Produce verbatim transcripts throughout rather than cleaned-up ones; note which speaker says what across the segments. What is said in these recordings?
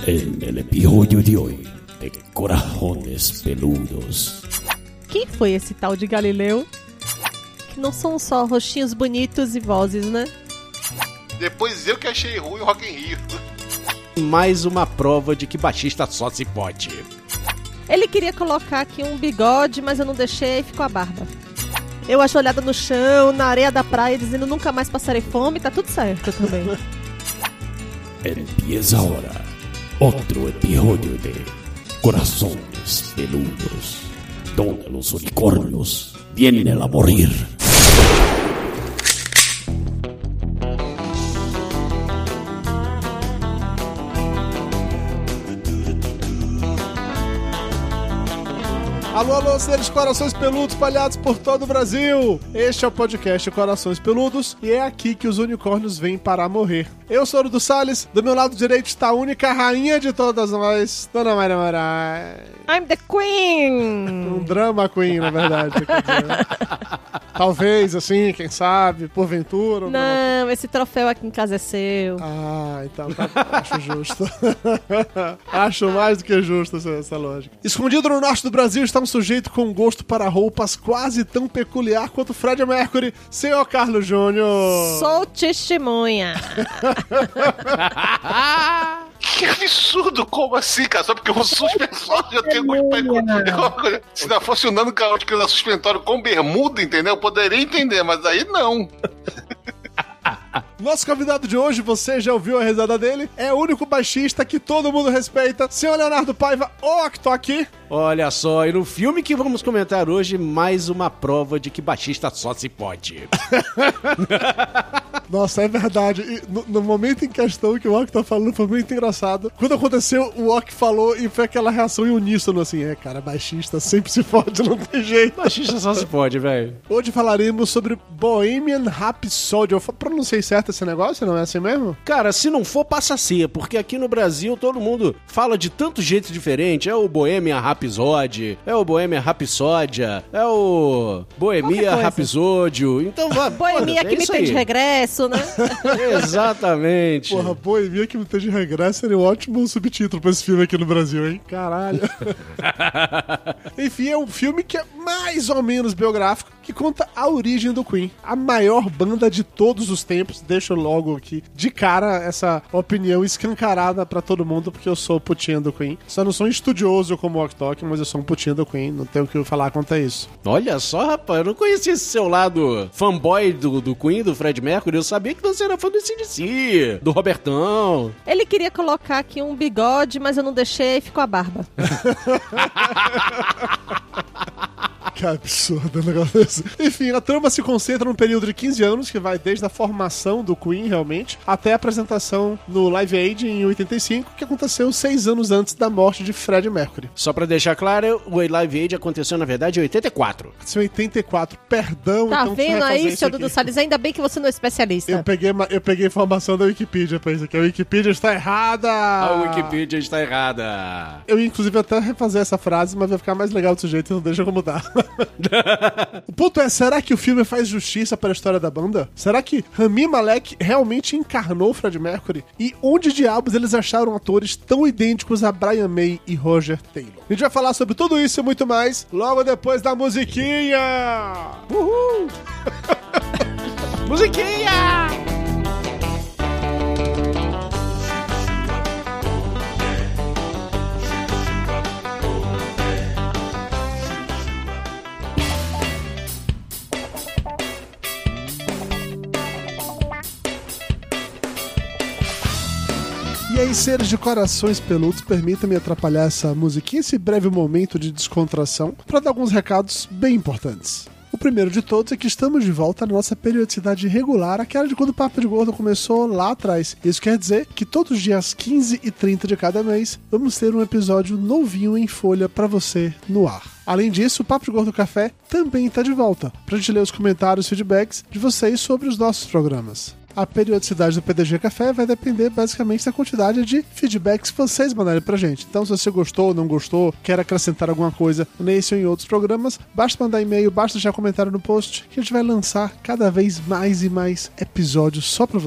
Speaker 1: En el episodio de hoy de Corajones Peludos.
Speaker 2: Quem foi esse tal de Galileu? Que não são só rostinhos bonitos e vozes, né?
Speaker 3: Depois eu que achei ruim o Rock in Rio.
Speaker 4: Mais uma prova de que baixista só se pode.
Speaker 2: Ele queria colocar aqui um bigode, mas eu não deixei e ficou a barba. Eu ajoelhada no chão, na areia da praia, dizendo nunca mais passarei fome, tá tudo certo também.
Speaker 1: Empieza ahora otro episodio de Corazones Peludos, donde los unicornios vienen a morir.
Speaker 5: Alô, alô, seres corações peludos espalhados por todo o Brasil! Este é o podcast Corações Peludos e é aqui que os unicórnios vêm para morrer. Eu sou o do Salles, do meu lado direito está a única rainha de todas nós, Dona Mayra Moraes.
Speaker 2: I'm the queen!
Speaker 5: Um drama queen, na verdade. Quer dizer. Talvez, assim, quem sabe, porventura.
Speaker 2: Não, esse troféu aqui em casa é seu.
Speaker 5: Ah, então tá, acho justo. Acho mais do que justo essa, essa lógica. Escondido no norte do Brasil está um sujeito com gosto para roupas quase tão peculiar quanto Fred Mercury, senhor Carlos Júnior.
Speaker 2: Sou testemunha.
Speaker 3: Que absurdo! Como assim, cara? Só porque o suspensório já tem gosto pra... Se não fosse o Nano Caótico que era suspensório com bermuda, entendeu? Eu poderia entender, mas aí não.
Speaker 5: Nosso convidado de hoje, você já ouviu a risada dele, é o único baixista que todo mundo respeita, senhor Leonardo Paiva, o que tô aqui.
Speaker 4: Olha só, e no filme que vamos comentar hoje, mais uma prova de que baixista só se pode.
Speaker 5: Nossa, é verdade. E no, no momento em questão que o Ok tá falando foi muito engraçado. Quando aconteceu, o Ok falou e foi aquela reação em uníssono, assim, é, cara, baixista sempre se pode, não tem jeito.
Speaker 4: Baixista só se pode, velho.
Speaker 5: Hoje falaremos sobre Bohemian Rhapsody. Eu pronunciei certo esse negócio, não é assim mesmo?
Speaker 4: Cara, se não for, passa a ser, porque aqui no Brasil todo mundo fala de tanto jeito diferente. É o Bohemian Rhapsody, é o Bohemian Rhapsódia, é o Bohemia Rhapsódio. Então, vai.
Speaker 2: Boemia
Speaker 4: é
Speaker 2: que me tem de regresso, né?
Speaker 4: Exatamente.
Speaker 5: Porra, Boemia que me tem de regresso seria um ótimo subtítulo pra esse filme aqui no Brasil, hein? Caralho. Enfim, é um filme que é mais ou menos biográfico, que conta a origem do Queen, a maior banda de todos os tempos. Deixo logo aqui de cara essa opinião escancarada pra todo mundo, porque eu sou putinha do Queen. Só não sou um estudioso como o Ok Tok, mas eu sou um putinha do Queen, não tenho o que falar quanto a isso.
Speaker 4: Olha só, rapaz, eu não conhecia esse seu lado fanboy do, do Queen, do Fred Mercury. Eu sabia que você era fã do C D C, do Robertão.
Speaker 2: Ele queria colocar aqui um bigode, mas eu não deixei e ficou a barba.
Speaker 5: Que absurdo o negócio desse. Enfim, a trama se concentra num período de quinze anos, que vai desde a formação do Queen, realmente, até a apresentação no Live Aid em oitenta e cinco, que aconteceu seis anos antes da morte de Fred Mercury.
Speaker 4: Só pra deixar claro, o Live Aid aconteceu, na verdade, em oitenta e quatro.
Speaker 5: Aconteceu em oitenta e quatro, perdão.
Speaker 2: Tá
Speaker 5: então
Speaker 2: vendo aí, seu Dudu Salles? Ainda bem que você não é especialista.
Speaker 5: Eu peguei, eu peguei informação da Wikipedia pra isso aqui. A Wikipedia está errada!
Speaker 4: A Wikipedia está errada.
Speaker 5: Eu ia, inclusive, até refazer essa frase, mas vai ficar mais legal desse jeito, então deixa eu mudar. O ponto é, será que o filme faz justiça para a história da banda? Será que Rami Malek realmente encarnou Fred Mercury? E onde diabos eles acharam atores tão idênticos a Brian May e Roger Taylor? A gente vai falar sobre tudo isso e muito mais logo depois da musiquinha! Uhul!
Speaker 4: Musiquinha!
Speaker 5: E aí, seres de corações peludos, permita-me atrapalhar essa musiquinha, esse breve momento de descontração, para dar alguns recados bem importantes. O primeiro de todos é que estamos de volta na nossa periodicidade regular, aquela de quando o Papo de Gordo começou lá atrás. Isso quer dizer que todos os dias quinze e trinta de cada mês, vamos ter um episódio novinho em folha para você no ar. Além disso, o Papo de Gordo Café também está de volta, pra gente ler os comentários e feedbacks de vocês sobre os nossos programas. A periodicidade do P D G Café vai depender basicamente da quantidade de feedbacks que vocês mandarem pra gente. Então, se você gostou ou não gostou, quer acrescentar alguma coisa nesse ou em outros programas, basta mandar e-mail, basta deixar comentário no post, que a gente vai lançar cada vez mais e mais episódios só pra você.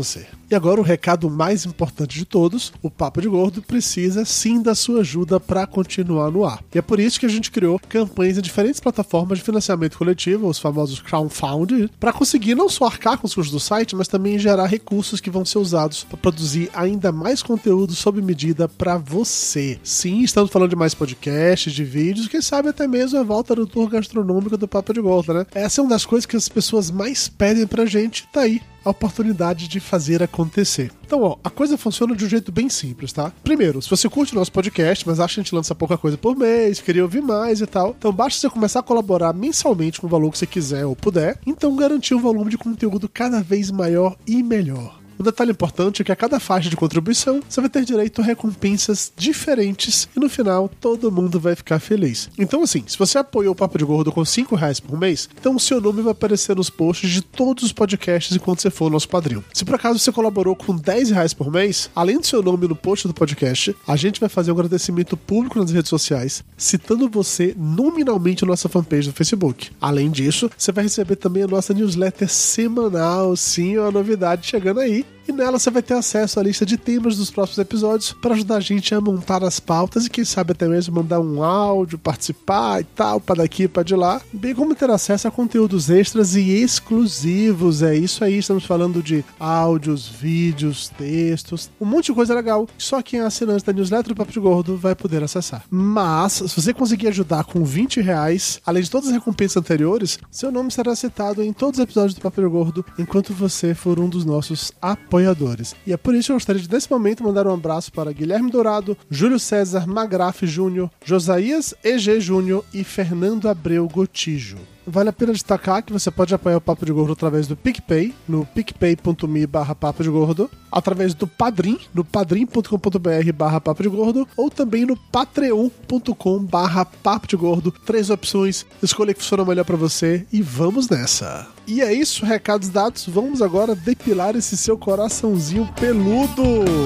Speaker 5: E agora o recado mais importante de todos, o Papo de Gordo precisa sim da sua ajuda para continuar no ar. E é por isso que a gente criou campanhas em diferentes plataformas de financiamento coletivo, os famosos crowdfunding, para conseguir não só arcar com os custos do site, mas também gerar recursos que vão ser usados para produzir ainda mais conteúdo sob medida para você. Sim, estamos falando de mais podcasts, de vídeos, quem sabe até mesmo a volta do tour gastronômico do Papo de Gordo, né? Essa é uma das coisas que as pessoas mais pedem pra gente, tá aí a oportunidade de fazer acontecer. Então, ó, a coisa funciona de um jeito bem simples, tá? Primeiro, se você curte o nosso podcast, mas acha que a gente lança pouca coisa por mês, queria ouvir mais e tal, então basta você começar a colaborar mensalmente com o valor que você quiser ou puder, então garantir um volume de conteúdo cada vez maior e melhor. Um detalhe importante é que a cada faixa de contribuição você vai ter direito a recompensas diferentes e no final todo mundo vai ficar feliz. Então assim, se você apoiou o Papo de Gordo com cinco reais por mês, então o seu nome vai aparecer nos posts de todos os podcasts enquanto você for nosso padrinho. Se por acaso você colaborou com dez reais por mês, além do seu nome no post do podcast, a gente vai fazer um agradecimento público nas redes sociais, citando você nominalmente na nossa fanpage do Facebook. Além disso, você vai receber também a nossa newsletter semanal, sim, uma novidade chegando aí. E nela você vai ter acesso à lista de temas dos próximos episódios para ajudar a gente a montar as pautas e quem sabe até mesmo mandar um áudio, participar e tal, para daqui e para de lá. Bem como ter acesso a conteúdos extras e exclusivos. É isso aí, estamos falando de áudios, vídeos, textos, um monte de coisa legal. Só quem é assinante da newsletter do Papo de Gordo vai poder acessar. Mas, se você conseguir ajudar com vinte reais, além de todas as recompensas anteriores, seu nome será citado em todos os episódios do Papo de Gordo enquanto você for um dos nossos apoiadores. Apoiadores. E é por isso que eu gostaria de, nesse momento, mandar um abraço para Guilherme Dourado, Júlio César Magraf Júnior, Josias E G Júnior e Fernando Abreu Gotijo. Vale a pena destacar que você pode apoiar o Papo de Gordo através do PicPay, no picpay.me barra Papo de Gordo, através do Padrim, no padrim.com.br barra Papo de Gordo, ou também no patreon.com barra Papo de Gordo. Três opções, escolha que funciona melhor pra você e vamos nessa. E é isso, recados dados, vamos agora depilar esse seu coraçãozinho peludo.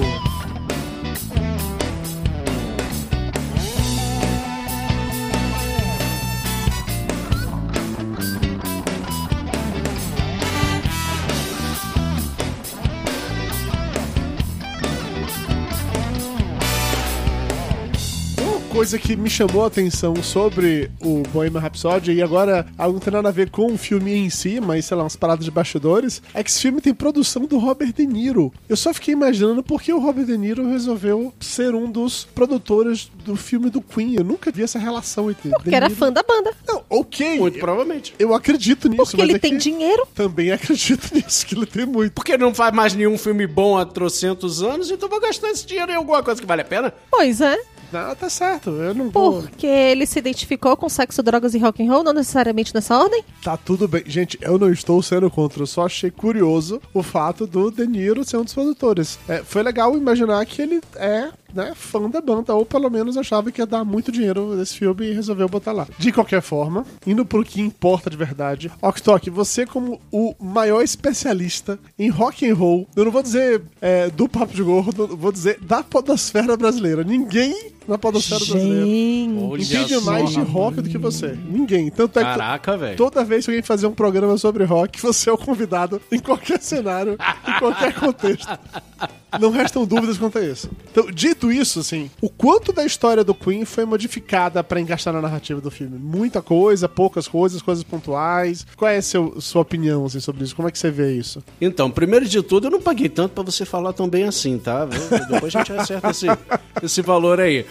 Speaker 5: Coisa que me chamou a atenção sobre o Bohemian Rhapsody, e agora algo não tem nada a ver com o filme em si, mas sei lá, umas paradas de bastidores, é que esse filme tem produção do Robert De Niro. Eu só fiquei imaginando por que o Robert De Niro resolveu ser um dos produtores do filme do Queen. Eu nunca vi essa relação entre
Speaker 2: Porque
Speaker 5: De
Speaker 2: era
Speaker 5: Niro...
Speaker 2: fã da banda.
Speaker 5: Não, ok.
Speaker 4: Muito provavelmente.
Speaker 5: Eu acredito nisso.
Speaker 2: Porque
Speaker 5: mas
Speaker 2: ele
Speaker 5: é
Speaker 2: tem
Speaker 5: que
Speaker 2: dinheiro.
Speaker 5: Também acredito nisso, que ele tem muito.
Speaker 4: Porque não faz mais nenhum filme bom há trocentos anos, então vou gastar esse dinheiro em alguma coisa que vale a pena.
Speaker 2: Pois é.
Speaker 5: Não, tá certo, eu não vou...
Speaker 2: Porque ele se identificou com sexo, drogas e rock and roll, não necessariamente nessa ordem?
Speaker 5: Tá tudo bem. Gente, eu não estou sendo contra, eu só achei curioso o fato do De Niro ser um dos produtores. É, foi legal imaginar que ele é, né, fã da banda, ou pelo menos achava que ia dar muito dinheiro nesse filme e resolveu botar lá. De qualquer forma, indo pro que importa de verdade, Oktok, você como o maior especialista em rock and roll, eu não vou dizer é, do Papo de Gordo, vou dizer da podosfera brasileira. Ninguém na podosfera brasileira entende mais de rock do que você. Ninguém. Tanto é que
Speaker 4: Caraca, velho.
Speaker 5: toda vez que alguém fazer um programa sobre rock, você é o convidado em qualquer cenário, em qualquer contexto. Não restam dúvidas quanto a isso. Então, dito isso, assim, o quanto da história do Queen foi modificada pra encaixar na narrativa do filme? Muita coisa, poucas coisas, coisas pontuais. Qual é a seu, sua opinião assim, sobre isso? Como é que você vê isso?
Speaker 4: Então, primeiro de tudo, eu não paguei tanto pra você falar tão bem assim, tá? Depois a gente acerta esse, esse valor aí.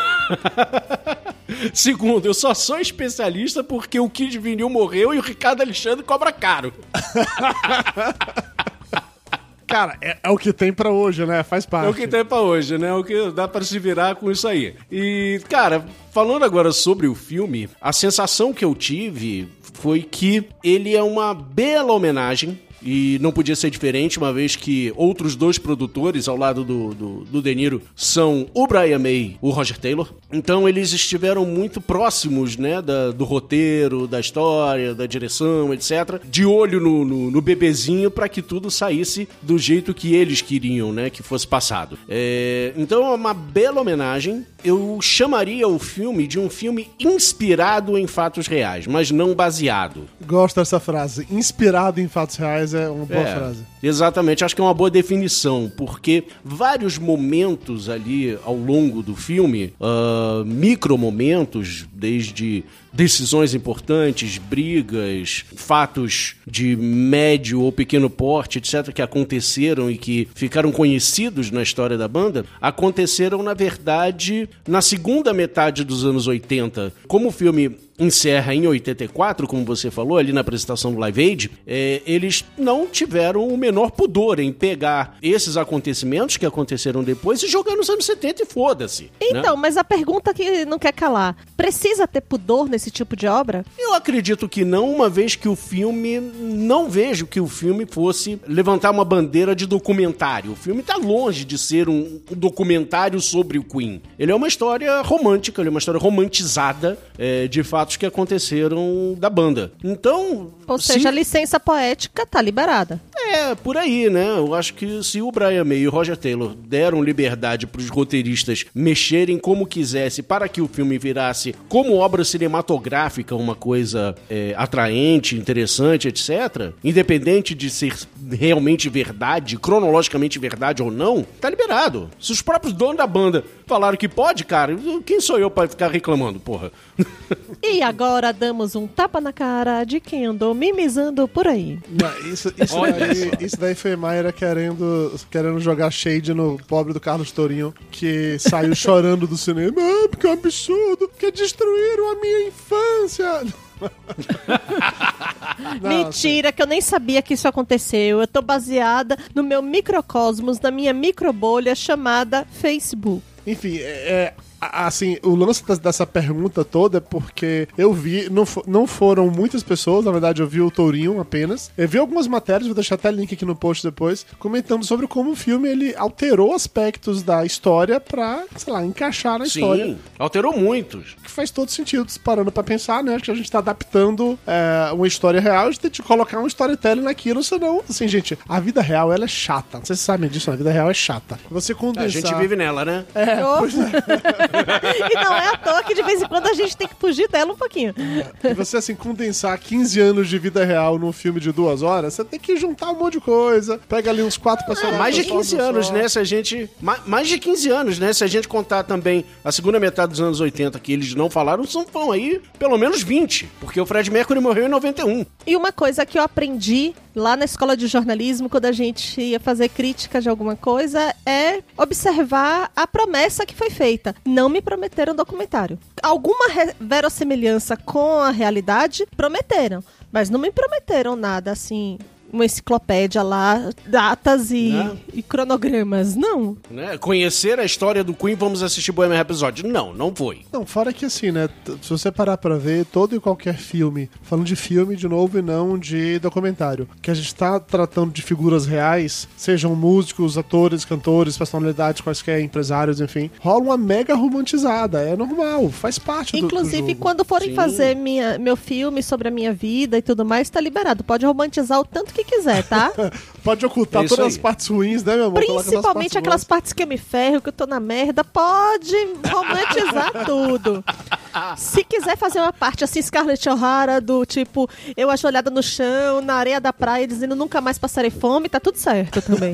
Speaker 4: Segundo, eu só sou especialista porque o Kid Vinil morreu e o Ricardo Alexandre cobra caro.
Speaker 5: Cara, é, é o que tem pra hoje, né? Faz parte.
Speaker 4: É o que tem pra hoje, né? O que dá pra se virar com isso aí. E, cara, falando agora sobre o filme, a sensação que eu tive foi que ele é uma bela homenagem. E não podia ser diferente, uma vez que outros dois produtores ao lado do, do, do De Niro são o Brian May e o Roger Taylor. Então eles estiveram muito próximos, né, da, do roteiro, da história, da direção, etcétera. De olho no, no, no bebezinho para que tudo saísse do jeito que eles queriam, né, que fosse passado. É, então é uma bela homenagem. Eu chamaria o filme de um filme inspirado em fatos reais, mas não baseado.
Speaker 5: Gosto dessa frase. Inspirado em fatos reais mas é uma boa
Speaker 4: É,
Speaker 5: frase.
Speaker 4: Exatamente, acho que é uma boa definição, porque vários momentos ali ao longo do filme, uh, micromomentos, desde decisões importantes, brigas, fatos de médio ou pequeno porte, etcétera, que aconteceram e que ficaram conhecidos na história da banda, aconteceram, na verdade, na segunda metade dos anos oitenta. Como o filme encerra em oitenta e quatro, como você falou, ali na apresentação do Live Aid, é, eles não tiveram o menor pudor em pegar esses acontecimentos que aconteceram depois e jogar nos anos setenta e foda-se.
Speaker 2: Então,
Speaker 4: né?
Speaker 2: Mas a pergunta que não quer calar, precisa ter pudor nesse tipo de obra?
Speaker 4: Eu acredito que não, uma vez que o filme, não vejo que o filme fosse levantar uma bandeira de documentário. O filme está longe de ser um documentário sobre o Queen. Ele é uma história romântica, ele é uma história romantizada, é, de fatos que aconteceram da banda. Então...
Speaker 2: Ou seja,
Speaker 4: se...
Speaker 2: a licença poética tá liberada.
Speaker 4: É, por aí, né? Eu acho que se o Brian May e o Roger Taylor deram liberdade para os roteiristas mexerem como quisesse para que o filme virasse como obra cinematográfica uma coisa é, atraente, interessante, etcétera, independente de ser realmente verdade, cronologicamente verdade ou não, tá liberado. Se os próprios donos da banda falaram que pode, cara, quem sou eu para ficar reclamando, porra?
Speaker 2: E agora damos um tapa na cara de quem andou mimizando por aí.
Speaker 5: Não, isso, isso, daí, isso daí foi Mayra querendo, querendo jogar shade no pobre do Carlos Tourinho, que saiu chorando do cinema. Ah, porque é um absurdo, que destruíram a minha infância.
Speaker 2: Mentira, que eu nem sabia que isso aconteceu. Eu tô baseada no meu microcosmos, na minha microbolha chamada Facebook.
Speaker 5: Enfim, é... Assim, o lance dessa pergunta toda é porque eu vi, não, não foram muitas pessoas, na verdade eu vi o Tourinho apenas. Eu vi algumas matérias, vou deixar até link aqui no post depois, comentando sobre como o filme ele alterou aspectos da história pra, sei lá, encaixar na
Speaker 4: Sim,
Speaker 5: história.
Speaker 4: alterou muitos.
Speaker 5: Que faz todo sentido, parando pra pensar, né? Acho que a gente tá adaptando é, uma história real, a gente tem que colocar um storytelling naquilo, senão, assim, gente, a vida real ela é chata. Não sei se vocês sabem disso, a vida real é chata. Você condensar...
Speaker 4: A gente vive nela, né?
Speaker 5: É, pois é.
Speaker 2: E não é à toa que de vez em quando a gente tem que fugir dela um pouquinho.
Speaker 5: E você, assim, condensar quinze anos de vida real num filme de duas horas, você tem que juntar um monte de coisa. Pega ali uns quatro personagens.
Speaker 4: Mais de quinze anos,
Speaker 5: só.
Speaker 4: né? Se a gente. Mais, mais de quinze anos, né? Se a gente contar também a segunda metade dos anos oitenta que eles não falaram, são vão aí pelo menos vinte. Porque o Fred Mercury morreu em noventa e um.
Speaker 2: E uma coisa que eu aprendi lá na escola de jornalismo, quando a gente ia fazer crítica de alguma coisa, é observar a promessa que foi feita. Não me prometeram documentário. Alguma re- verossimilhança com a realidade, prometeram. Mas não me prometeram nada, assim... uma enciclopédia lá, datas e,
Speaker 4: né?
Speaker 2: e cronogramas. Não.
Speaker 4: Né? Conhecer a história do Queen, vamos assistir Bohemian Rhapsody. Não, não foi.
Speaker 5: Não, fora que assim, né? Se você parar pra ver todo e qualquer filme, falando de filme de novo e não de documentário, que a gente tá tratando de figuras reais, sejam músicos, atores, cantores, personalidades quaisquer, empresários, enfim, rola uma mega romantizada. É normal, faz parte do
Speaker 2: Inclusive,
Speaker 5: do jogo.
Speaker 2: quando forem
Speaker 4: Sim.
Speaker 2: fazer minha, meu filme sobre a minha vida e tudo mais, tá liberado. Pode romantizar o tanto que quiser, tá?
Speaker 5: Pode ocultar
Speaker 4: É isso
Speaker 5: todas
Speaker 4: aí.
Speaker 5: as partes ruins, né, meu amor? Coloca nas
Speaker 2: Principalmente
Speaker 5: partes
Speaker 2: aquelas
Speaker 5: boas.
Speaker 2: partes que eu me ferro, que eu tô na merda. Pode romantizar tudo. Se quiser fazer uma parte assim, Scarlett O'Hara, do tipo, eu ajoelhada no chão, na areia da praia, dizendo nunca mais passarei fome, tá tudo certo também.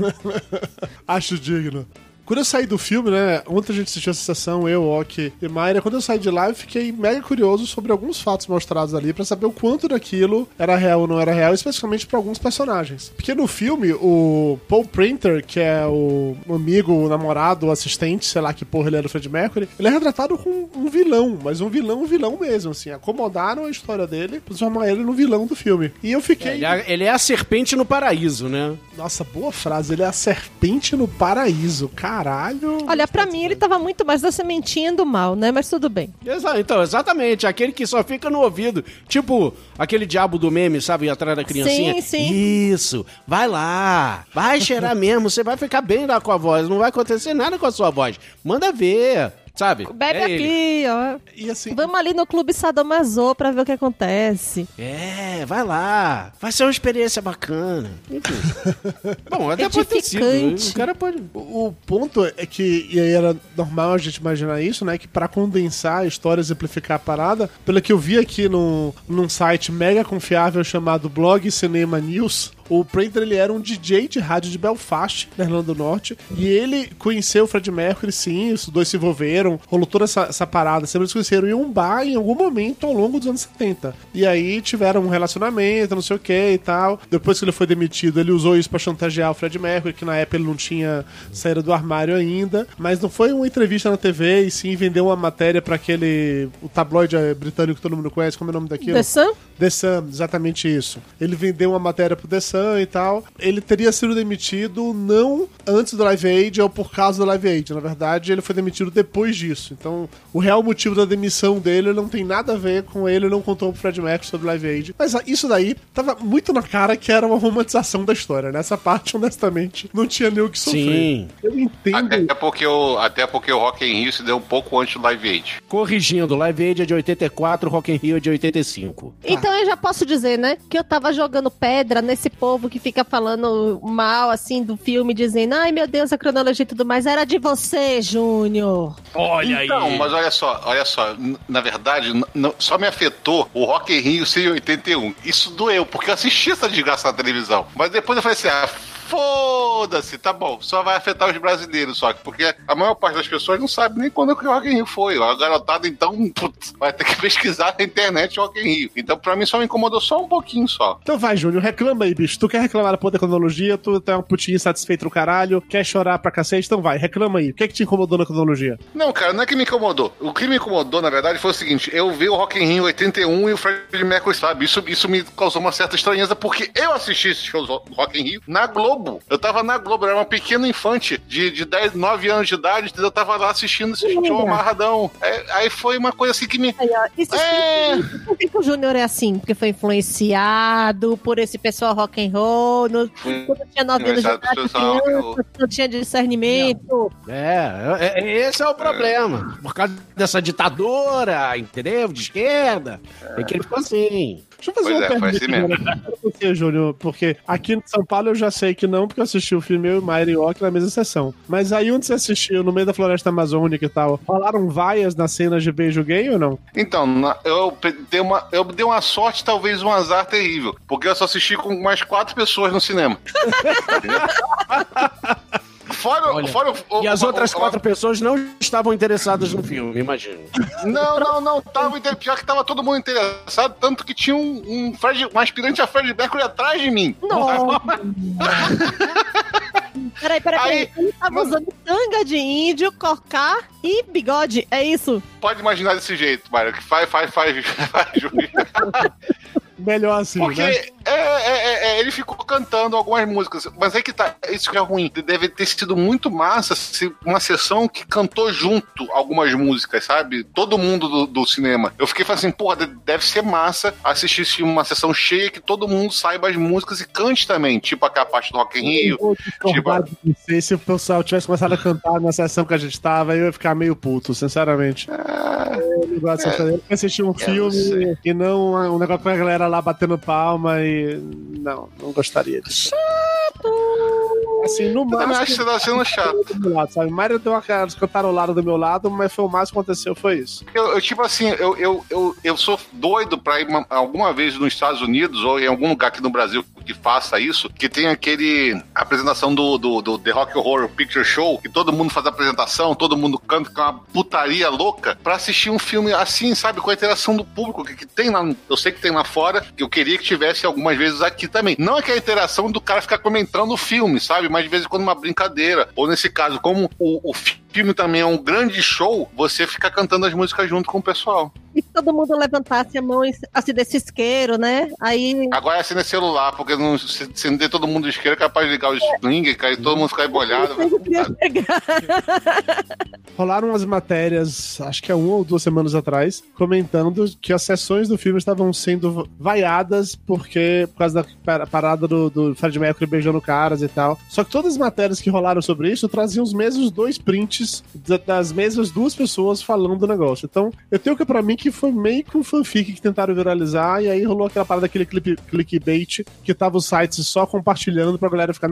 Speaker 5: Acho digno. Quando eu saí do filme, né, ontem a gente assistiu essa sessão, eu, Ok e Mayra, quando eu saí de lá eu fiquei mega curioso sobre alguns fatos mostrados ali pra saber o quanto daquilo era real ou não era real, especificamente pra alguns personagens. Porque no filme, o Paul Printer, que é o amigo, o namorado, o assistente, sei lá que porra ele era do Fred Mercury, ele é retratado com um vilão, mas um vilão, vilão mesmo, assim, acomodaram a história dele pra transformar ele no vilão do filme. E eu fiquei...
Speaker 4: Ele é, ele é a serpente no paraíso, né?
Speaker 5: Nossa, boa frase, ele é a serpente no paraíso, cara. Caralho.
Speaker 2: Olha, pra mim ele tava muito mais da sementinha do mal, né? Mas tudo bem.
Speaker 4: Exa- Então, exatamente, aquele que só fica no ouvido. Tipo, aquele diabo do meme, sabe, atrás da criancinha.
Speaker 2: Sim, sim.
Speaker 4: Isso, vai lá, vai cheirar mesmo, você vai ficar bem lá com a voz, não vai acontecer nada com a sua voz. Manda ver, sabe?
Speaker 2: Bebe
Speaker 4: É
Speaker 2: aqui,
Speaker 4: ele.
Speaker 2: ó.
Speaker 5: E assim...
Speaker 2: Vamos ali no Clube Sadomaso pra ver o que acontece.
Speaker 4: É, vai lá, vai ser uma experiência bacana. Enfim. Bom, até pode ter sido,
Speaker 2: Edificante.
Speaker 4: o cara pode...
Speaker 5: O, o ponto é que, e aí era normal a gente imaginar isso, né? Que pra condensar a história, exemplificar a parada, pelo que eu vi aqui no, num site mega confiável chamado Blog Cinema News, O Printer, ele era um D J de rádio de Belfast, na Irlanda do Norte, e ele conheceu o Freddie Mercury, sim, os dois se envolveram, rolou toda essa, essa parada, sempre eles conheceram em um bar em algum momento ao longo dos anos setenta. E aí tiveram um relacionamento, não sei o que e tal. Depois que ele foi demitido, ele usou isso pra chantagear o Freddie Mercury, que na época ele não tinha saído do armário ainda, mas não foi uma entrevista na T V, e sim vendeu uma matéria pra aquele, o tabloide britânico que todo mundo conhece, como é o nome daquilo?
Speaker 2: The Sun?
Speaker 5: The Sun, exatamente isso. Ele vendeu uma matéria pro The Sun e tal. Ele teria sido demitido não antes do Live Aid ou por causa do Live Aid. Na verdade, ele foi demitido depois disso. Então, o real motivo da demissão dele não tem nada a ver com ele, não contou pro Fred Mercury sobre o Live Aid. Mas isso daí tava muito na cara que era uma romantização da história. Nessa parte, honestamente, não tinha nem o que sofrer.
Speaker 4: Sim.
Speaker 5: Eu entendo.
Speaker 3: Até porque o, até porque o Rock in Rio se deu um pouco antes do Live Aid.
Speaker 4: Corrigindo, Live Aid é de oitenta e quatro, Rock in Rio é de oitenta e cinco.
Speaker 2: Então eu já posso dizer, né, que eu tava jogando pedra nesse povo que fica falando mal, assim, do filme, dizendo, ai meu Deus, a cronologia e tudo mais, era de você, Júnior.
Speaker 4: Olha
Speaker 3: então,
Speaker 4: aí.
Speaker 3: mas olha só, olha só, n- na verdade, n- n- só me afetou o Rock in Rio ser em oitenta e um. Isso doeu, porque eu assisti essa desgraça na televisão. Mas depois eu falei assim, ah, foda-se, tá bom, só vai afetar os brasileiros só, porque a maior parte das pessoas não sabe nem quando que o Rock in Rio foi. A garotada, então, putz, vai ter que pesquisar na internet o Rock in Rio. Então, pra mim, só me incomodou só um pouquinho só.
Speaker 5: Então vai, Júnior, reclama aí, bicho. Tu quer reclamar da porra da cronologia, tu tá um putinho insatisfeito no caralho, quer chorar pra cacete, então vai, reclama aí. O que é que te incomodou na cronologia?
Speaker 3: Não, cara, não é que me incomodou. O que me incomodou, na verdade, foi o seguinte: eu vi o Rock in Rio em oitenta e um e o Freddie Mercury, sabe? Isso, isso me causou uma certa estranheza, porque eu assisti esses shows do Rock in Rio na Globo. Eu tava na Globo, eu era uma pequena infante de, de dez, nove anos de idade, eu tava lá assistindo esse show amarradão. É, aí foi uma coisa assim que me...
Speaker 2: Aí, ó, isso
Speaker 3: É.
Speaker 2: explica por que que o Júnior é assim, porque foi influenciado por esse pessoal rock and roll, no, quando tinha nove anos de
Speaker 3: Influenciado por
Speaker 2: idade,
Speaker 3: pessoal rock and roll.
Speaker 2: criança, não tinha discernimento.
Speaker 4: É, é, é, esse é o problema. Por causa dessa ditadura, entendeu? De esquerda. É que ele ficou assim.
Speaker 5: Deixa eu fazer
Speaker 3: Pois
Speaker 5: uma
Speaker 3: é, foi
Speaker 5: pergunta
Speaker 3: assim mesmo.
Speaker 5: agora pra você, Júnior, porque aqui em São Paulo eu já sei que não, porque eu assisti o filme eu e Mayra e Ock na mesma sessão. Mas aí onde você assistiu, no meio da floresta amazônica e tal, rolaram vaias nas cenas de beijo gay ou não?
Speaker 3: Então, na- eu pe- dei uma, eu dei uma sorte, talvez um azar terrível, porque eu só assisti com mais quatro pessoas no cinema. Fora,
Speaker 4: Olha,
Speaker 3: fora o,
Speaker 4: E as
Speaker 3: uma-
Speaker 4: outras
Speaker 3: uma-
Speaker 4: quatro pessoas não estavam interessadas no filme, imagino.
Speaker 3: Não, não, não. Tava, inter- pior que tava todo mundo interessado, tanto que tinha um, um, Fred, um aspirante a Fred Mercury atrás de mim.
Speaker 2: Nossa. Peraí, peraí, peraí.
Speaker 3: Aí,
Speaker 2: Ele tava
Speaker 3: mas-
Speaker 2: usando tanga de índio, cocá e bigode, é isso?
Speaker 3: Pode imaginar desse jeito, Mário, que faz, faz, faz, faz, Júlio.
Speaker 5: Melhor assim,
Speaker 3: Porque
Speaker 5: né?
Speaker 3: é, é, é, ele ficou cantando algumas músicas, mas é que tá, isso que é ruim. Deve ter sido muito massa se uma sessão que cantou junto algumas músicas, sabe? Todo mundo do, do cinema. Eu fiquei falando assim, porra, de- deve ser massa assistir uma sessão cheia que todo mundo saiba as músicas e cante também, tipo aquela parte do Rock in Rio.
Speaker 5: Eu vou discordar de você. Se o pessoal tivesse começado a cantar na sessão que a gente tava, eu ia ficar meio puto, sinceramente. Eu não gosto dessa- eu assisti um filme
Speaker 3: sei.
Speaker 5: e não um negócio com a galera lá batendo palma e. Não, não gostaria disso. Assim, no
Speaker 3: Eu também
Speaker 5: máximo.
Speaker 3: acho que você tá sendo chato.
Speaker 5: Do meu lado, sabe? Mário deu uma cara cantarolada do meu lado, mas foi o máximo que aconteceu, foi isso.
Speaker 3: Eu, eu, tipo assim, eu, eu, eu, eu sou doido pra ir uma- alguma vez nos Estados Unidos ou em algum lugar aqui no Brasil que faça isso, que tem aquele apresentação do, do, do The Rock Horror Picture Show, que todo mundo faz a apresentação, todo mundo canta com uma putaria louca, pra assistir um filme assim, sabe, com a interação do público, que, que tem lá, no- eu sei que tem lá fora, que eu queria que tivesse algumas vezes aqui também. Não é que a interação do cara ficar comentando o filme, sabe, mas de vez em quando uma brincadeira, ou nesse caso, como o, o filme também é um grande show, você fica cantando as músicas junto com o pessoal.
Speaker 2: E se todo mundo levantasse a mão e assim desse isqueiro, né? Aí.
Speaker 3: Agora é assim no celular, porque não, se, se não der todo mundo de esquerda, é capaz de ligar o sling, cair, todo mundo ficar embolhado.
Speaker 2: Eu queria pegar.
Speaker 5: Rolaram umas matérias, acho que há uma ou duas semanas atrás, comentando que as sessões do filme estavam sendo vaiadas porque, por causa da par- parada do, do Fred Mercury beijando caras e tal. Só que todas as matérias que rolaram sobre isso traziam os mesmos dois prints da- das mesmas duas pessoas falando do negócio. Então, eu tenho que pra mim que foi meio que um fanfic que tentaram viralizar e aí rolou aquela parada daquele clip, clickbait que tava os sites só compartilhando pra galera ficar,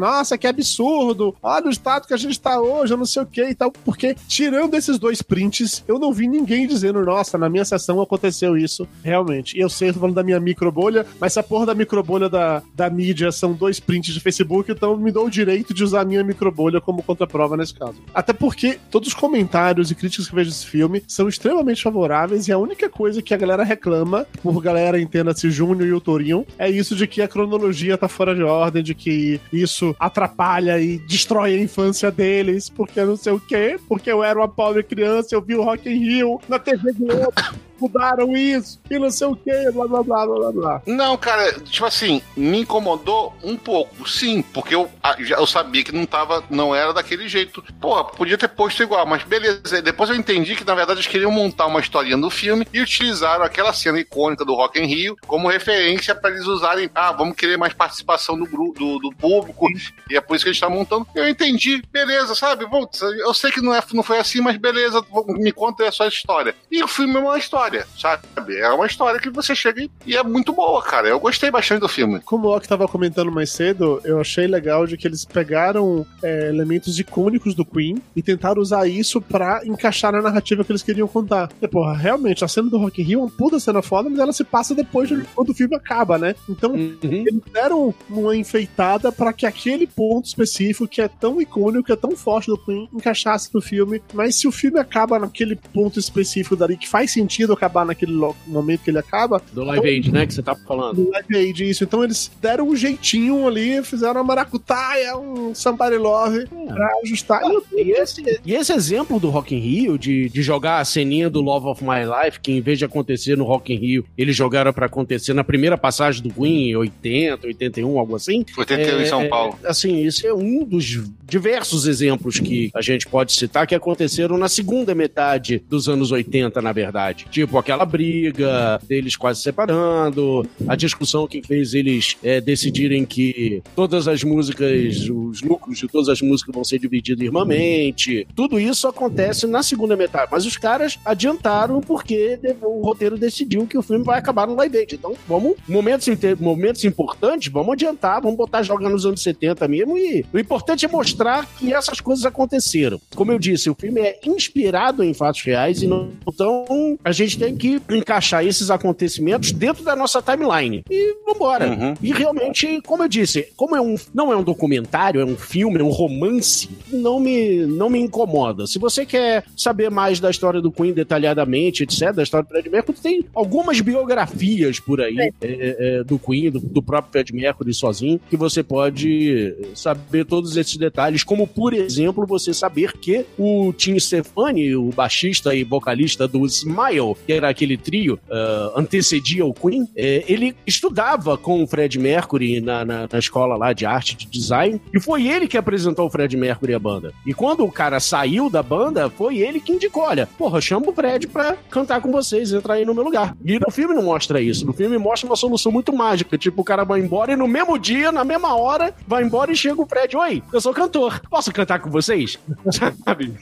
Speaker 5: nossa, que absurdo, olha o estado que a gente tá hoje, eu não sei o que e tal, porque tirando esses dois prints, eu não vi ninguém dizendo, nossa, na minha sessão aconteceu isso, realmente. E eu sei, eu tô falando da minha microbolha, mas essa porra da microbolha da, da mídia são dois prints de Facebook, então me dou o direito de usar a minha microbolha como contraprova nesse caso. Até porque todos os comentários e críticas que eu vejo desse filme são extremamente favoráveis e a única coisa que a galera reclama, por galera, entenda-se Júnior e o Torinho, é isso de que a cronologia tá fora de ordem, de que isso atrapalha e destrói a infância deles, porque não sei o quê, porque eu era uma pobre criança, eu vi o Rock in Rio na T V Globo. Mudaram isso, e não sei o que, blá, blá, blá, blá, blá.
Speaker 3: Não, cara, tipo assim, me incomodou um pouco, sim, porque eu, eu sabia que não tava, não era daquele jeito. Porra, podia ter posto igual, mas beleza. Depois eu entendi que, na verdade, eles queriam montar uma historinha no filme e utilizaram aquela cena icônica do Rock in Rio como referência pra eles usarem, ah, vamos querer mais participação do grupo, do, do público, e é por isso que a gente tá montando. Eu entendi, beleza, sabe? Eu sei que não, é, não foi assim, mas beleza, me conta essa história. E o filme é uma história, sabe? É uma história que você chega e é muito boa, cara. Eu gostei bastante do filme.
Speaker 5: Como o Ok tava comentando mais cedo, eu achei legal de que eles pegaram é, elementos icônicos do Queen e tentaram usar isso pra encaixar na narrativa que eles queriam contar. E, porra, realmente, a cena do Rock in Rio é uma puta cena foda, mas ela se passa depois de quando o filme acaba, né? Então, uhum. eles deram uma enfeitada pra que aquele ponto específico, que é tão icônico, que é tão forte do Queen, encaixasse no filme. Mas se o filme acaba naquele ponto específico dali, que faz sentido acabar naquele momento que ele acaba...
Speaker 4: Do Live Aid, então, né, que você tá falando.
Speaker 5: Do Live Aid, isso. Então eles deram um jeitinho ali, fizeram uma maracutaia, um Somebody Love, é. pra ajustar.
Speaker 4: Ah, e, esse, e esse exemplo do Rock in Rio, de, de jogar a ceninha do Love of My Life, que em vez de acontecer no Rock in Rio, eles jogaram pra acontecer na primeira passagem do Queen, em oitenta, oitenta e um, algo assim.
Speaker 3: oitenta e um é, em São Paulo.
Speaker 4: É, assim, esse é um dos diversos exemplos que a gente pode citar que aconteceram na segunda metade dos anos oitenta, na verdade. Tipo, aquela briga deles quase separando, a discussão que fez eles é, decidirem que todas as músicas, os lucros de todas as músicas vão ser divididos irmãmente. Tudo isso acontece na segunda metade, mas os caras adiantaram porque o roteiro decidiu que o filme vai acabar no Live Aid. Então, vamos, momentos, momentos importantes, vamos adiantar, vamos botar jogar nos anos setenta mesmo, e o importante é mostrar que essas coisas aconteceram. Como eu disse, o filme é inspirado em fatos reais, e não, então a gente tem que encaixar esses acontecimentos dentro da nossa timeline. E vambora. Uhum. E realmente, como eu disse, como é um, não é um documentário, é um filme, é um romance, não me, não me incomoda. Se você quer saber mais da história do Queen detalhadamente, etcétera, da história do Freddie Mercury, tem algumas biografias por aí é. É, é, do Queen, do, do próprio Freddie Mercury sozinho, que você pode saber todos esses detalhes, como, por exemplo, você saber que o Tim Stefani, o baixista e vocalista do Smile, que era aquele trio, uh, antecedia o Queen, é, ele estudava com o Freddie Mercury na, na, na escola lá de arte, de design, e foi ele que apresentou o Freddie Mercury à banda. E quando o cara saiu da banda, foi ele que indicou, olha, porra, chama o Fred pra cantar com vocês, entrar aí no meu lugar. E no filme não mostra isso. No filme mostra uma solução muito mágica, tipo, o cara vai embora e no mesmo dia, na mesma hora, vai embora e chega o Fred, oi, eu sou cantor, posso cantar com vocês? Sabe?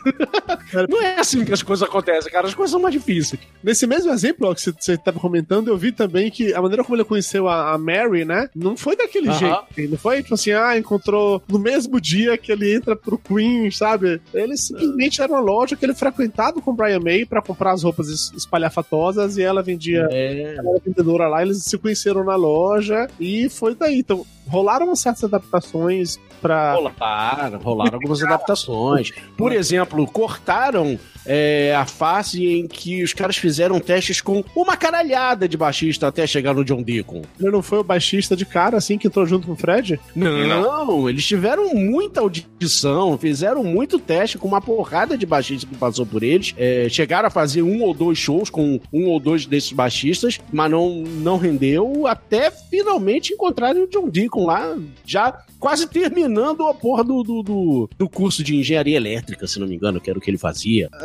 Speaker 4: Não é assim que as coisas acontecem, cara, as coisas são mais difíceis.
Speaker 5: Nesse mesmo exemplo, ó, que você estava comentando, eu vi também que a maneira como ele conheceu a, a Mary, né, não foi daquele uh-huh. jeito. Não foi, tipo assim, ah, encontrou no mesmo dia que ele entra pro Queen, sabe? Ele simplesmente era uma loja que ele frequentava com o Brian May pra comprar as roupas espalhafatosas e ela vendia, é. ela era vendedora lá, eles se conheceram na loja e foi daí. Então, rolaram certas adaptações pra...
Speaker 4: Rolaram, rolaram algumas adaptações. Por exemplo, cortaram é, a fase em que os caras fizeram testes com uma caralhada de baixista até chegar no John Deacon.
Speaker 5: Ele não foi o baixista de cara, assim, que entrou junto com o Fred?
Speaker 4: Não, não, eles tiveram muita audição, fizeram muito teste com uma porrada de baixistas que passou por eles, é, chegaram a fazer um ou dois shows com um ou dois desses baixistas, mas não, não rendeu, até finalmente encontrarem o John Deacon lá, já quase terminando a porra do, do, do, do curso de engenharia elétrica, se não me engano, que era o que ele fazia.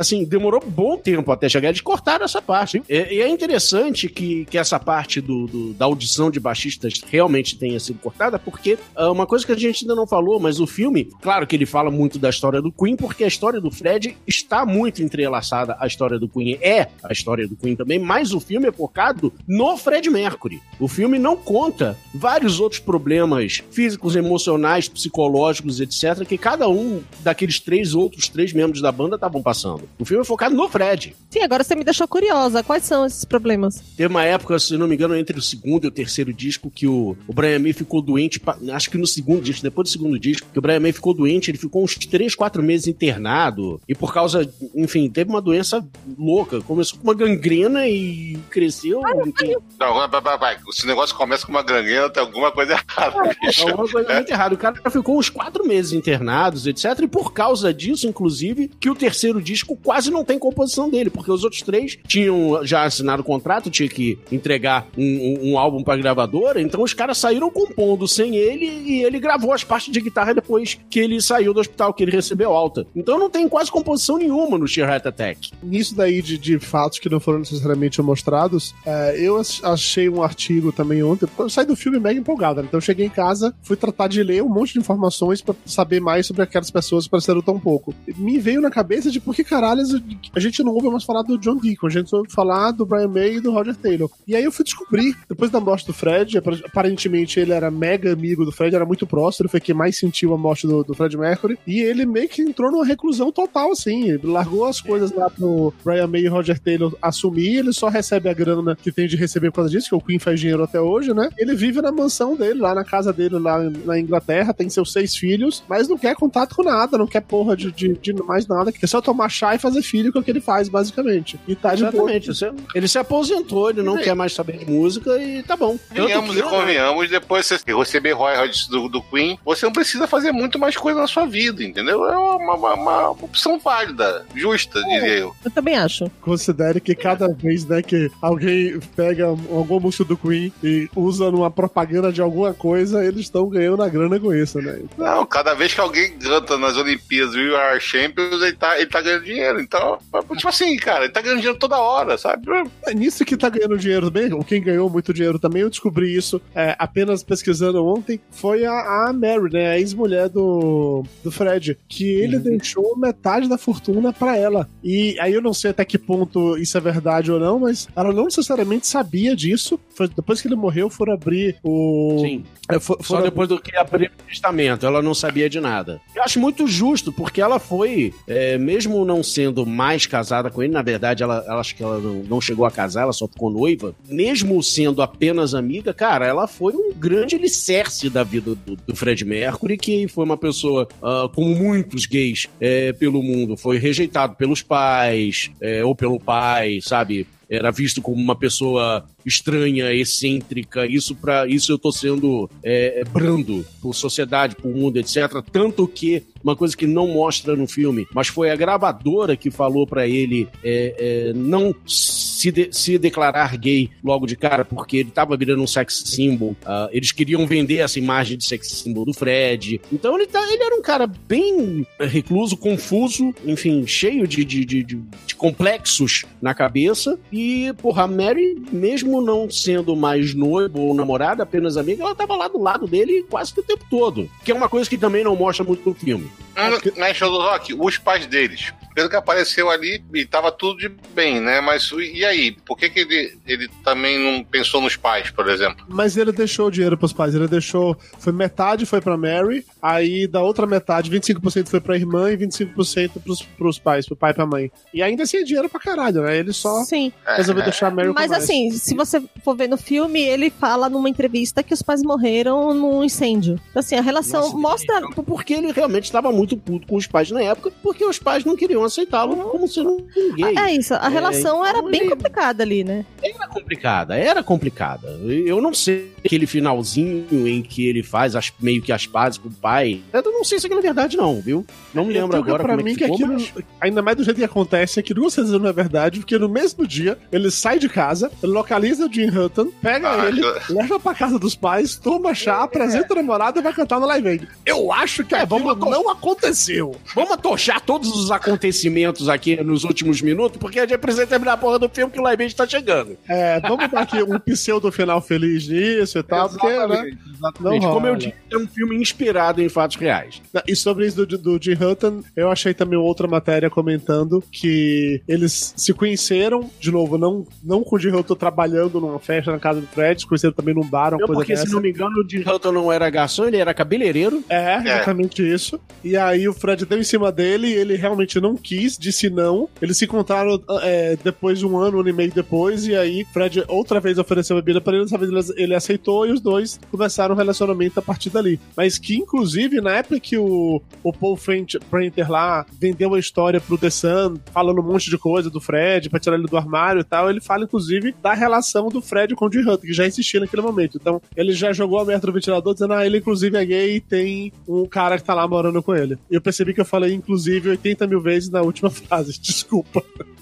Speaker 4: assim, demorou um bom tempo até chegar. Eles cortaram essa parte. E, e é interessante que, que essa parte do, do, da audição de baixistas realmente tenha sido cortada, porque uh, uma coisa que a gente ainda não falou, mas o filme, claro que ele fala muito da história do Queen, porque a história do Fred está muito entrelaçada à história do Queen. É a história do Queen também, mas o filme é focado no Fred Mercury. O filme não conta vários outros problemas físicos, emocionais, psicológicos, etcétera, que cada um daqueles três outros três membros da banda estavam passando. O filme é focado no Fred.
Speaker 2: Sim, agora você me deixou curiosa. Quais são esses problemas?
Speaker 4: Teve uma época, se não me engano, entre o segundo e o terceiro disco, que o, o Brian May ficou doente, acho que no segundo disco, depois do segundo disco, que o Brian May ficou doente, ele ficou uns três, quatro meses internado, e por causa, enfim, teve uma doença louca. Começou com uma gangrena e cresceu. Enfim.
Speaker 3: Não, vai, vai, vai. Se o negócio começa com uma gangrena, tem alguma coisa errada, bicho.
Speaker 4: Alguma coisa muito errada. O cara ficou uns quatro meses internados, etcétera. E por causa disso, inclusive, que o terceiro disco quase não tem composição dele, porque os outros três tinham já assinado o contrato, tinha que entregar um, um, um álbum pra gravadora, então os caras saíram compondo sem ele e ele gravou as partes de guitarra depois que ele saiu do hospital, que ele recebeu alta. Então não tem quase composição nenhuma no Sheer Heart Attack.
Speaker 5: Nisso daí de, de fatos que não foram necessariamente mostrados, é, eu achei um artigo também ontem, eu saí do filme mega empolgado, né? Então eu cheguei em casa, fui tratar de ler um monte de informações pra saber mais sobre aquelas pessoas que pareceram tão pouco. Me veio na cabeça de por que caralho a gente não ouve mais falar do John Deacon, a gente ouve falar do Brian May e do Roger Taylor. E aí eu fui descobrir, depois da morte do Fred, aparentemente ele era mega amigo do Fred, era muito próximo, ele foi quem mais sentiu a morte do, do Fred Mercury, e ele meio que entrou numa reclusão total, assim, ele largou as coisas lá pro Brian May e Roger Taylor assumir, ele só recebe a grana que tem de receber por causa disso, que o Queen faz dinheiro até hoje, né? Ele vive na mansão dele, lá na casa dele, lá na Inglaterra, tem seus seis filhos, mas não quer contato com nada, não quer porra de, de, de mais nada, quer só tomar chá e fazer filho, que é o que ele faz, basicamente. E tá de
Speaker 4: Exatamente. Boa. Ele se aposentou, ele não
Speaker 3: Sim.
Speaker 4: quer mais saber de música e tá bom.
Speaker 3: Venhamos e convenhamos, depois você receber royalties do, do Queen, você não precisa fazer muito mais coisa na sua vida, entendeu? É uma, uma, uma opção válida, justa, é. diria eu.
Speaker 2: Eu também acho.
Speaker 5: Considere que cada vez, né, que alguém pega alguma música do Queen e usa numa propaganda de alguma coisa, eles estão ganhando a grana com isso, né?
Speaker 3: Não, cada vez que alguém canta nas Olimpíadas We Are Champions, ele tá, ele tá ganhando dinheiro. Então, tipo assim, cara, ele tá ganhando dinheiro toda hora, sabe?
Speaker 5: É nisso que tá ganhando dinheiro também, ou quem ganhou muito dinheiro também, eu descobri isso é, apenas pesquisando ontem, foi a, a Mary, né, a ex-mulher do, do Fred, que ele uhum. deixou metade da fortuna pra ela. E aí eu não sei até que ponto isso é verdade ou não, mas ela não necessariamente sabia disso. Foi depois que ele morreu, foram abrir o...
Speaker 4: Sim. É, for, Só depois do que abriu o testamento, ela não sabia de nada. Eu acho muito justo, porque ela foi, é, mesmo não sendo mais casada com ele, na verdade, ela, ela acho que ela não, não chegou a casar, ela só ficou noiva, mesmo sendo apenas amiga, cara, ela foi um grande alicerce da vida do, do Fred Mercury, que foi uma pessoa, uh, como muitos gays é, pelo mundo, foi rejeitado pelos pais, é, ou pelo pai, sabe? Era visto como uma pessoa estranha, excêntrica, isso, pra, isso eu tô sendo é, brando por sociedade, por mundo, etcétera. Tanto que, uma coisa que não mostra no filme, mas foi a gravadora que falou pra ele é, é, não se, de, se declarar gay logo de cara, porque ele tava virando um sex symbol. Uh, eles queriam vender essa imagem de sex symbol do Fred. Então ele, tá, ele era um cara bem recluso, confuso, enfim, cheio de, de, de, de complexos na cabeça. E, porra, a Mary, mesmo não sendo mais noiva ou namorada, apenas amiga, ela tava lá do lado dele quase que o tempo todo. Que é uma coisa que também não mostra muito no filme.
Speaker 3: Na Show do Rock, os pais deles, pelo que apareceu ali, e tava tudo de bem, né? Mas e aí? Por que que ele, ele também não pensou nos pais, por exemplo?
Speaker 5: Mas ele deixou o dinheiro pros pais. Ele deixou... Foi metade foi pra Mary, aí da outra metade, vinte e cinco por cento foi pra irmã e vinte e cinco por cento pros, pros pais, pro pai e pra mãe. E ainda assim é dinheiro pra caralho, né? Ele só
Speaker 2: Sim.
Speaker 5: resolveu é, deixar a Mary
Speaker 2: Mas
Speaker 5: com mais.
Speaker 2: assim, se você for ver no filme, ele fala numa entrevista que os pais morreram num incêndio. Então, assim, a relação
Speaker 4: Nossa,
Speaker 2: mostra...
Speaker 4: Porque ele realmente estava muito puto com os pais na época, porque os pais não queriam aceitá-lo como sendo um gay.
Speaker 2: É isso, a relação
Speaker 4: é, então
Speaker 2: era bem
Speaker 4: ele...
Speaker 2: complicada ali, né?
Speaker 4: Era complicada, era complicada. Eu não sei aquele finalzinho em que ele faz as, meio que as pazes com o pai. Eu não sei se aquilo é verdade não, viu? Não me lembro agora
Speaker 5: pra
Speaker 4: como
Speaker 5: mim
Speaker 4: é que ficou,
Speaker 5: que aquilo,
Speaker 4: mas...
Speaker 5: ainda mais do jeito que acontece, é que com certeza não é verdade, porque no mesmo dia ele sai de casa, ele localiza o Jim Hutton, pega ah, ele, eu... leva pra casa dos pais, toma chá, apresenta o namorado e vai cantar no Live Aid. Eu acho que é, aquilo
Speaker 4: vamos
Speaker 5: não aconteceu.
Speaker 4: Vamos atochar todos os acontecimentos agradecimentos aqui nos últimos minutos, porque a gente precisa terminar a porra do filme que o Live tá chegando.
Speaker 5: É, vamos dar aqui um pseudo final feliz nisso e tal, porque, né?
Speaker 4: Exatamente. Como eu disse, é um filme inspirado em fatos reais.
Speaker 5: E sobre isso do, do Jim Hutton, eu achei também outra matéria comentando que eles se conheceram, de novo, não, não com o Jim Hutton trabalhando numa festa na casa do Fred, se conheceram também num bar, uma
Speaker 4: eu,
Speaker 5: coisa
Speaker 4: porque,
Speaker 5: dessa.
Speaker 4: Se não me engano, o Jim Hutton não era garçom, ele era cabeleireiro.
Speaker 5: É, exatamente é. isso. E aí o Fred deu em cima dele e ele realmente não quis, disse não. Eles se encontraram é, depois de um ano, um ano e meio depois, e aí Fred outra vez ofereceu bebida pra ele, dessa vez ele, ele aceitou e os dois começaram um relacionamento a partir dali. Mas que, inclusive, na época que o, o Paul Prenter lá vendeu a história pro The Sun, falando um monte de coisa do Fred, pra tirar ele do armário e tal, ele fala, inclusive, da relação do Fred com o Jim Hutton, que já existia naquele momento. Então, ele já jogou a merda do ventilador, dizendo, ah, ele, inclusive, é gay e tem um cara que tá lá morando com ele. E eu percebi que eu falei, inclusive, oitenta mil vezes na última frase. Desculpa.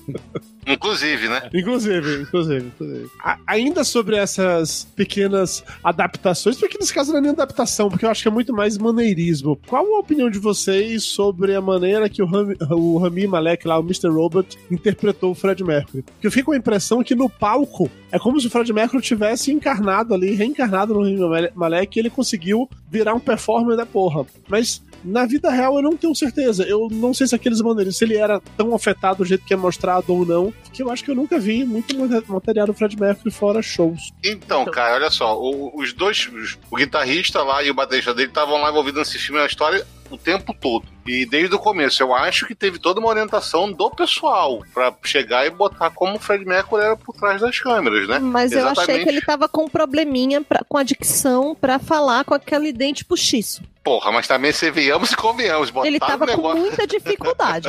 Speaker 3: Inclusive, né?
Speaker 5: Inclusive, inclusive, inclusive. A, ainda sobre essas pequenas adaptações, porque nesse caso não é nem adaptação, porque eu acho que é muito mais maneirismo. Qual a opinião de vocês sobre a maneira que o Rami, o Rami Malek, lá, o mister Robot, interpretou o Fred Mercury? Porque eu fico com a impressão que no palco é como se o Fred Mercury tivesse encarnado ali, reencarnado no Rami Malek, e ele conseguiu virar um performer da porra. Mas na vida real eu não tenho certeza. Eu não sei se aqueles maneiros, se ele era tão afetado do jeito que é mostrado ou não, porque eu acho que eu nunca vi muito material do Fred Mercury fora shows.
Speaker 3: Então, cara, olha só, o, os dois, os, o guitarrista lá e o baterista dele estavam lá envolvidos nesse filme, na história, o tempo todo. E desde o começo, eu acho que teve toda uma orientação do pessoal pra chegar e botar como o Fred Mercury era por trás das câmeras, né?
Speaker 2: Mas Exatamente. Eu achei que ele tava com um probleminha pra, com a dicção pra falar com aquele dente postiço.
Speaker 3: Porra, mas também se viemos e convenhamos.
Speaker 2: Ele tava negócio... com muita dificuldade.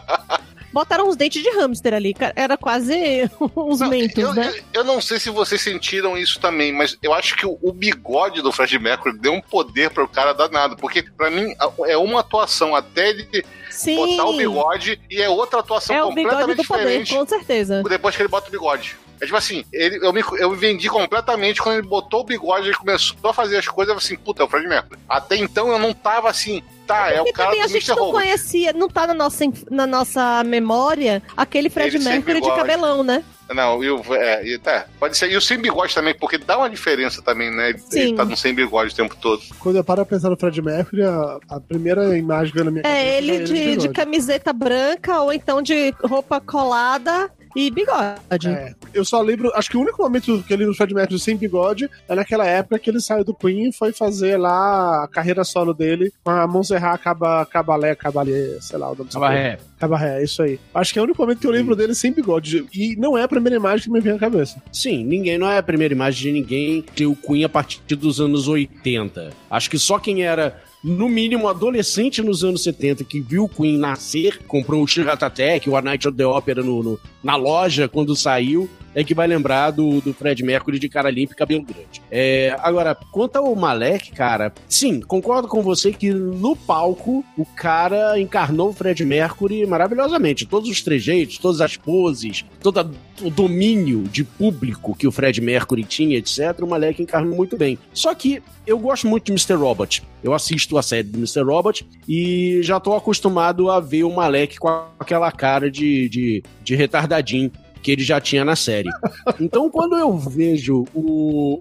Speaker 2: Botaram uns dentes de hamster ali, era quase uns não, mentos,
Speaker 3: eu,
Speaker 2: né?
Speaker 3: Eu, eu não sei se vocês sentiram isso também, mas eu acho que o, o bigode do Fred Mercury deu um poder pro cara danado, porque pra mim é uma atuação até ele
Speaker 2: Sim.
Speaker 3: botar o bigode e é outra atuação
Speaker 2: é
Speaker 3: completamente
Speaker 2: diferente. É o bigode do poder, com certeza.
Speaker 3: Depois que ele bota o bigode. É tipo assim, ele, eu, me, eu me vendi completamente quando ele botou o bigode, ele começou a fazer as coisas, eu falei assim, puta, é o Fred Mercury. Até então eu não tava assim, tá, é, é o cara do
Speaker 2: a gente
Speaker 3: mister
Speaker 2: não
Speaker 3: Robot.
Speaker 2: Conhecia, não tá na nossa, na nossa memória aquele Fred ele Mercury de cabelão, né?
Speaker 3: Não, e o, é, e, tá, pode ser. E o sem bigode também, porque dá uma diferença também, né? Ele, ele tá no sem bigode o tempo todo.
Speaker 5: Quando eu paro a pensar no Fred Mercury, a, a primeira imagem que eu na minha cabeça
Speaker 2: é ele, é ele de, de camiseta branca ou então de roupa colada e bigode.
Speaker 5: É, eu só lembro, acho que o único momento que eu lembro do Fred Mercury sem bigode é naquela época que ele saiu do Queen e foi fazer lá a carreira solo dele com a Montserrat Caballé, Caballé, sei lá o nome.
Speaker 4: Cabaré.
Speaker 5: Cabaré, é isso aí. Acho que é o único momento que eu lembro dele sem bigode. E não é a primeira imagem que me vem à cabeça.
Speaker 4: Sim, ninguém, não é a primeira imagem de ninguém ter o Queen a partir dos anos oitenta. Acho que só quem era, no mínimo, adolescente nos anos setenta, que viu o Queen nascer, comprou o Shiratatec, o A Night at the Opera no, no, na loja quando saiu, é que vai lembrar do, do Fred Mercury de cara limpa e cabelo grande. É, agora, quanto ao Malek, cara, sim, concordo com você que no palco o cara encarnou o Fred Mercury maravilhosamente. Todos os trejeitos, todas as poses, todo o domínio de público que o Fred Mercury tinha, etcétera, o Malek encarnou muito bem. Só que eu gosto muito de mister Robot. Eu assisto a série do mister Robot e já tô acostumado a ver o Malek com aquela cara de, de, de retardadinho que ele já tinha na série. Então, quando eu vejo o,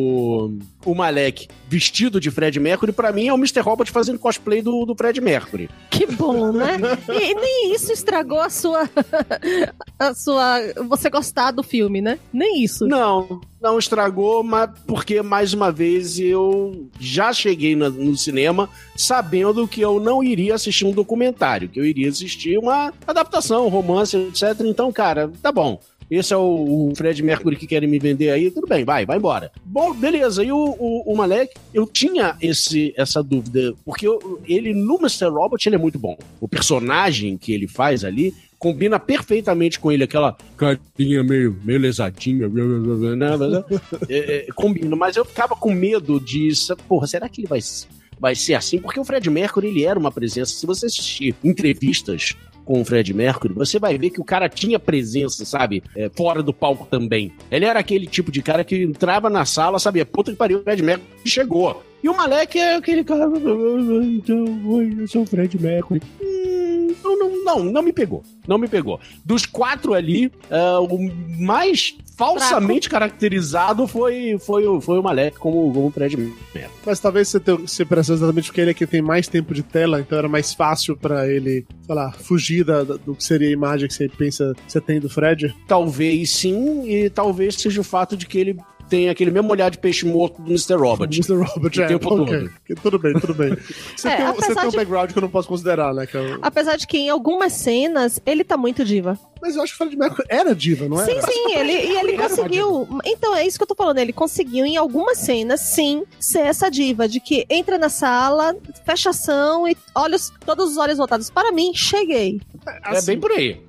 Speaker 4: o, o Malek vestido de Fred Mercury, pra mim é o mister Robot fazendo cosplay do, do Fred Mercury.
Speaker 2: Que bom, né? E nem isso estragou a sua... a sua... você gostar do filme, né? Nem isso.
Speaker 4: Não, não estragou, mas porque, mais uma vez, eu já cheguei no, no cinema sabendo que eu não iria assistir um documentário, que eu iria assistir uma adaptação, romance, etcétera. Então, cara, tá bom. Esse é o, o Fred Mercury que querem me vender aí, tudo bem, vai, vai embora. Bom, beleza, e o, o, o Malek, eu tinha esse, essa dúvida, porque eu, ele no mister Robot ele é muito bom. O personagem que ele faz ali combina perfeitamente com ele, aquela carinha meio, meio lesadinha, é, é, combina, mas eu ficava com medo disso, porra, será que ele vai, vai ser assim? Porque o Fred Mercury, ele era uma presença, se você assistir entrevistas com o Fred Mercury, você vai ver que o cara tinha presença, sabe? É, fora do palco também. Ele era aquele tipo de cara que entrava na sala, sabia? Puta que pariu, o Fred Mercury chegou. E o Malek é aquele cara... Então, oi, eu sou o Fred Mercury. Hum, não, não, não, não me pegou. Não me pegou. Dos quatro ali, uh, o mais falsamente Fraco. caracterizado foi, foi, foi o Malek como, como o Fred Mercury.
Speaker 5: Mas talvez você, tenha, você pensou exatamente porque ele é que tem mais tempo de tela, então era mais fácil pra ele, sei lá, fugir da, do que seria a imagem que você pensa que você tem do Fred?
Speaker 4: Talvez sim, e talvez seja o fato de que ele tem aquele mesmo olhar de peixe morto do mister Robert.
Speaker 5: mister Robert,
Speaker 4: o
Speaker 5: é,
Speaker 4: tempo
Speaker 5: okay.
Speaker 4: todo.
Speaker 5: Tudo bem, tudo bem. Você
Speaker 2: é,
Speaker 5: tem, você tem um
Speaker 2: de...
Speaker 5: background que eu não posso considerar, né? Que eu...
Speaker 2: Apesar de que em algumas cenas ele tá muito diva.
Speaker 5: Mas eu acho que o Fred Mercury era diva, não era?
Speaker 2: Sim, sim, ele, e ele conseguiu. Então, é isso que eu tô falando. Ele conseguiu, em algumas cenas, sim, ser essa diva de que entra na sala, fecha ação e olhos, todos os olhos voltados para mim, cheguei.
Speaker 4: Assim, é bem por aí.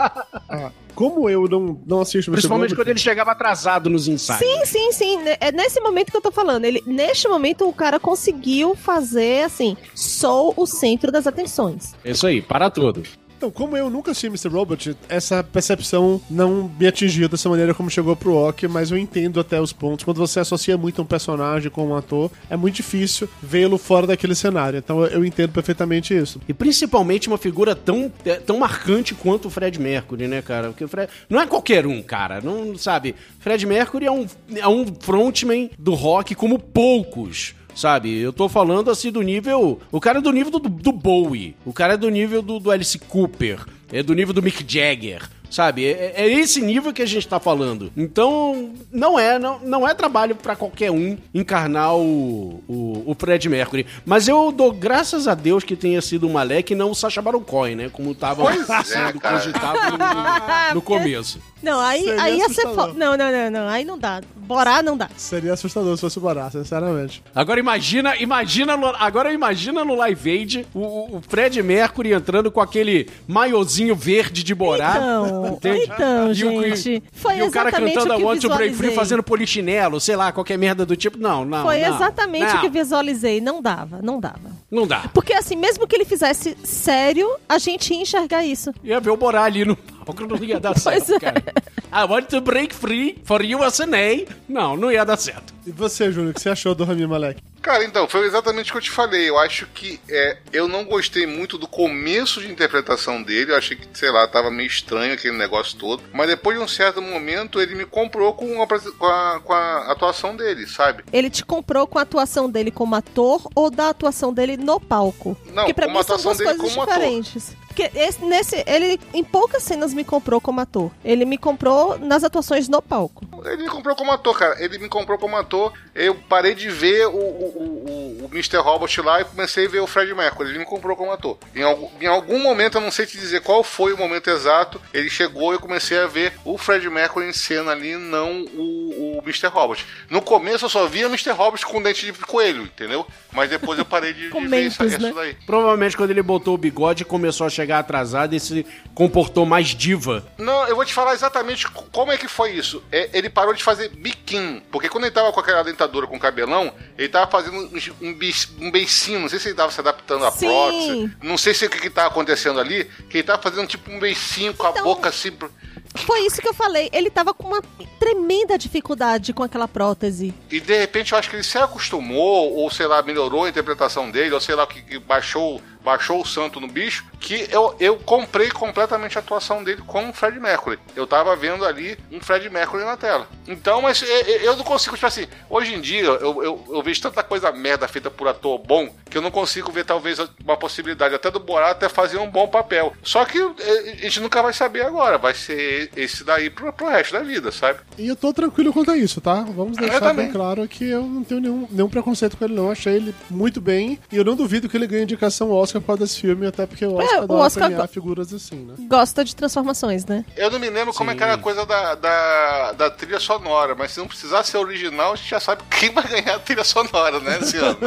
Speaker 5: ah, como eu não, não assisto...
Speaker 4: Principalmente quando ele chegava atrasado nos ensaios.
Speaker 2: Sim, sim, sim. É nesse momento que eu tô falando. Ele, neste momento, o cara conseguiu fazer, assim, sou o centro das atenções.
Speaker 4: Isso aí, para tudo.
Speaker 5: Então, como eu nunca assisti mister Robot, essa percepção não me atingiu dessa maneira como chegou pro Ok, mas eu entendo até os pontos. Quando você associa muito um personagem com um ator, é muito difícil vê-lo fora daquele cenário. Então eu entendo perfeitamente isso.
Speaker 4: E principalmente uma figura tão, tão marcante quanto o Fred Mercury, né, cara? Porque o Fred... não é qualquer um, cara. Não sabe? Fred Mercury é um, é um frontman do rock como poucos. Sabe, eu tô falando assim do nível... O cara é do nível do, do Bowie. O cara é do nível do, do Alice Cooper. É do nível do Mick Jagger. Sabe, é, é esse nível que a gente tá falando. Então, não é, não, não é trabalho pra qualquer um encarnar o, o, o Fred Mercury. Mas eu dou graças a Deus que tenha sido o Malek e não o Sacha Baron Cohen, né? Como tava sendo é, cogitado no, no, no começo.
Speaker 2: Não, aí, aí ia ser... Fo... Não, não, não, não. Aí não dá. Borá não dá.
Speaker 5: Seria assustador se fosse o Borá, sinceramente.
Speaker 4: Agora imagina, imagina no, agora imagina no Live Aid o, o Fred Mercury entrando com aquele maiozinho verde de Borá.
Speaker 2: Então, entende? então e gente.
Speaker 4: O,
Speaker 2: foi
Speaker 4: e o cara cantando
Speaker 2: a
Speaker 4: Want to Break Free fazendo polichinelo, sei lá, qualquer merda do tipo. Não, não,
Speaker 2: Foi
Speaker 4: não,
Speaker 2: exatamente
Speaker 4: não.
Speaker 2: o que visualizei. Não dava, não dava.
Speaker 4: Não dá.
Speaker 2: Porque assim, mesmo que ele fizesse sério, a gente ia enxergar isso.
Speaker 4: Ia ver o Borá ali no palco, não ia dar certo, é. cara. I want to break free for U S A. Não, não ia dar certo.
Speaker 5: E você, Júnior, o que você achou do Rami Malek?
Speaker 3: Cara, então, foi exatamente o que eu te falei. Eu acho que é, eu não gostei muito do começo de interpretação dele. Eu achei que, sei lá, tava meio estranho aquele negócio todo. Mas depois de um certo momento, ele me comprou com a, com a, com a atuação dele, sabe?
Speaker 2: Ele te comprou com a atuação dele como ator ou da atuação dele no palco?
Speaker 3: Não,
Speaker 2: Porque pra
Speaker 3: como
Speaker 2: mim
Speaker 3: a
Speaker 2: são
Speaker 3: atuação
Speaker 2: duas
Speaker 3: dele
Speaker 2: coisas
Speaker 3: como
Speaker 2: diferentes.
Speaker 3: ator.
Speaker 2: Porque esse, nesse, ele, em poucas cenas, me comprou como ator. Ele me comprou nas atuações no palco.
Speaker 3: Ele me comprou como ator, cara. Ele me comprou como ator. Eu parei de ver o, o, o, o mister Robot lá e comecei a ver o Fred Mercury. Ele me comprou como ator. Em algum, em algum momento, eu não sei te dizer qual foi o momento exato, ele chegou e eu comecei a ver o Fred Mercury em cena ali, não o, o mister Robot. No começo, eu só via mister Robot com dente de coelho, entendeu? Mas depois eu parei de, de ver isso,
Speaker 2: né?
Speaker 3: isso daí.
Speaker 4: Provavelmente, quando ele botou o bigode, começou a chegar atrasado e se comportou mais diva.
Speaker 3: Não, eu vou te falar exatamente como é que foi isso. É, ele parou de fazer biquinho, porque quando ele tava com aquela dentadura com cabelão, ele tava fazendo um, um, um beicinho, não sei se ele tava se adaptando à
Speaker 2: Sim.
Speaker 3: prótese, não sei se o que que tava acontecendo ali, que ele tava fazendo tipo um beicinho com
Speaker 2: Então...
Speaker 3: a boca assim...
Speaker 2: Foi isso que eu falei. Ele tava com uma tremenda dificuldade com aquela prótese.
Speaker 3: E de repente eu acho que ele se acostumou, ou sei lá, melhorou a interpretação dele, ou sei lá, que, que baixou, baixou o santo no bicho, que eu, eu comprei completamente a atuação dele com o Fred Mercury. Eu tava vendo ali um Fred Mercury na tela. Então, mas eu, eu não consigo, tipo assim, hoje em dia eu, eu, eu vejo tanta coisa merda feita por ator bom, que eu não consigo ver talvez uma possibilidade até do Borat até fazer um bom papel. Só que a gente nunca vai saber agora, vai ser esse daí pro, pro resto da vida, sabe?
Speaker 5: E eu tô tranquilo quanto a isso, tá? Vamos deixar bem claro que eu não tenho nenhum, nenhum preconceito com ele, não. Achei ele muito bem e eu não duvido que ele ganhe indicação Oscar por causa desse filme, até porque o Oscar
Speaker 2: é, o
Speaker 5: adora
Speaker 2: Oscar
Speaker 5: premiar
Speaker 2: go-
Speaker 5: figuras assim, né?
Speaker 2: Gosta de transformações, né?
Speaker 3: Eu não me lembro
Speaker 4: Sim.
Speaker 3: como é que era a coisa da, da, da trilha sonora, mas se não precisar ser original, a gente já sabe quem vai ganhar a trilha sonora, né, esse ano.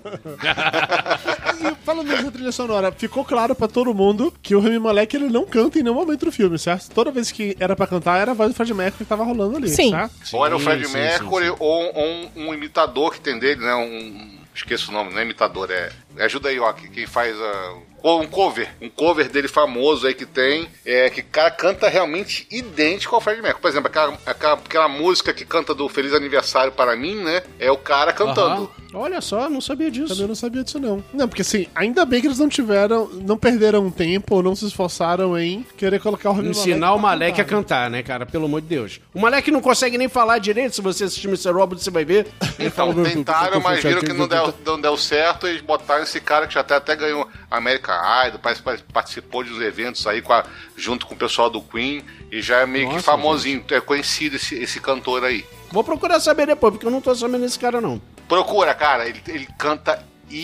Speaker 5: E falando dessa trilha sonora, ficou claro pra todo mundo que o Rami Malek ele não canta em nenhum momento do filme, certo? Toda vez que era pra cantar, era a voz do Fred Mercury que tava rolando ali,
Speaker 2: Sim.
Speaker 5: certo?
Speaker 3: Ou era o Fred
Speaker 4: sim,
Speaker 3: Mercury,
Speaker 4: sim, sim.
Speaker 3: ou, ou um, um imitador que tem dele, né? Um, esqueço o nome, não é imitador, é. Ajuda aí, ó, quem faz a. um cover, um cover dele famoso aí que tem, é, que o cara canta realmente idêntico ao Fred Mercury. Por exemplo, aquela, aquela, aquela música que canta do Feliz Aniversário para mim, né? É o cara cantando.
Speaker 4: Uhum. Olha só, não sabia disso.
Speaker 5: Também não sabia disso, não. Não, porque assim, ainda bem que eles não tiveram, não perderam tempo ou não se esforçaram em querer colocar o Rami Malek.
Speaker 4: Ensinar o Malek a cantar, né, cara? Pelo amor de Deus. O Malek não consegue nem falar direito. Se você assistir mister Robot, você vai ver.
Speaker 3: Então, tentaram, mas viram que não deu, não deu certo. Eles botaram esse cara que já até, até ganhou American Idol, participou de uns eventos aí com a, junto com o pessoal do Queen. E já é meio Nossa, que famosinho, gente. É conhecido esse, esse cantor aí.
Speaker 4: Vou procurar saber depois, porque eu não tô sabendo desse cara, não.
Speaker 3: Procura, cara. Ele, ele canta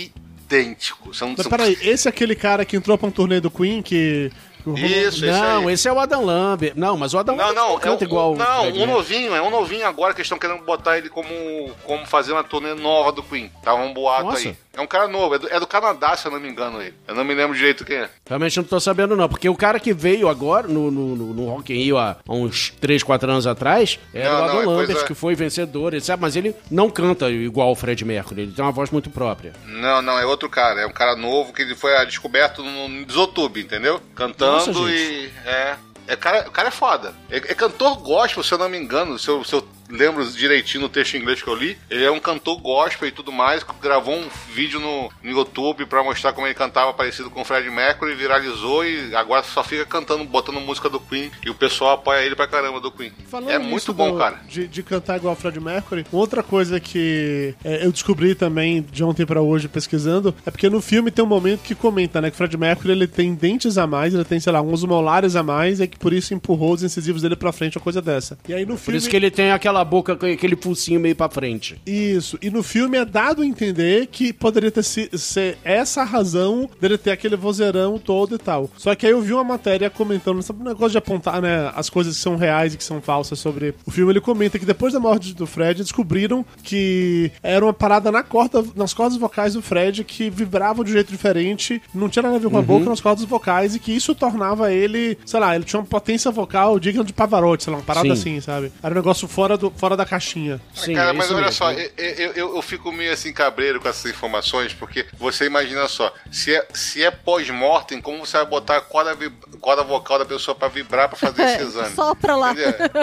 Speaker 3: idêntico. São,
Speaker 5: Mas
Speaker 3: são...
Speaker 5: peraí, esse é aquele cara que entrou pra um turnê do Queen que...
Speaker 3: Isso,
Speaker 4: não,
Speaker 3: esse,
Speaker 4: esse é o Adam Lambert. Não, mas o Adam
Speaker 3: não,
Speaker 4: Lambert
Speaker 3: não,
Speaker 4: não canta
Speaker 3: é um,
Speaker 4: igual.
Speaker 3: Não, um novinho, é um novinho agora que eles estão querendo botar ele como, como fazer uma turnê nova do Queen. Tava um boato Nossa. aí. É um cara novo, é do, é do Canadá, se eu não me engano ele. Eu não me lembro direito quem é.
Speaker 4: Realmente não tô sabendo não, porque o cara que veio agora no, no, no, no Rock in Rio há uns três, quatro anos atrás era não, o Adam não, Lambert, é... que foi vencedor, sabe? Mas ele não canta igual o Fred Mercury, ele tem uma voz muito própria.
Speaker 3: Não, não, é outro cara, é um cara novo que ele foi descoberto no, no Desotube, entendeu? Cantando Nossa, e... É, é cara, o cara é foda. É, é cantor gospel, se eu não me engano, se eu, se eu lembro direitinho no texto em inglês que eu li. Ele é um cantor gospel e tudo mais, gravou um vídeo no, no YouTube pra mostrar como ele cantava parecido com o Fred Mercury, viralizou e agora só fica cantando, botando música do Queen e o pessoal apoia ele pra caramba do Queen.
Speaker 5: Falando
Speaker 3: é muito bom,
Speaker 5: do,
Speaker 3: cara.
Speaker 5: De, de cantar igual o Fred Mercury, outra coisa que é, eu descobri também de ontem pra hoje pesquisando, é porque no filme tem um momento que comenta, né, que o Fred Mercury ele tem dentes a mais, ele tem, sei lá, uns molares a mais, e que por isso empurrou os incisivos dele pra frente, uma coisa dessa. E aí no
Speaker 4: por
Speaker 5: filme...
Speaker 4: isso que ele tem aquela boca com aquele pulsinho meio pra frente.
Speaker 5: Isso. E no filme é dado a entender que poderia ter si, ser essa a razão dele ter aquele vozeirão todo e tal. Só que aí eu vi uma matéria comentando, sabe, um negócio de apontar, né, as coisas que são reais e que são falsas sobre o filme. Ele comenta que depois da morte do Fred, descobriram que era uma parada na corda, nas cordas vocais do Fred que vibravam de um jeito diferente, não tinha nada a ver com a uhum. boca, nas cordas vocais, e que isso tornava ele, sei lá, ele tinha uma potência vocal digna de Pavarotti, sei lá, uma parada Sim. assim, sabe? Era um negócio fora, do, fora da caixinha.
Speaker 3: Sim, cara, é mas olha mesmo. só, eu, eu, eu, eu fico meio assim cabreiro com essas informações, porque você imagina só, se é, se é pós-mortem, como você vai botar a corda, corda vocal da pessoa pra vibrar pra fazer esse exame?
Speaker 2: Só pra lá.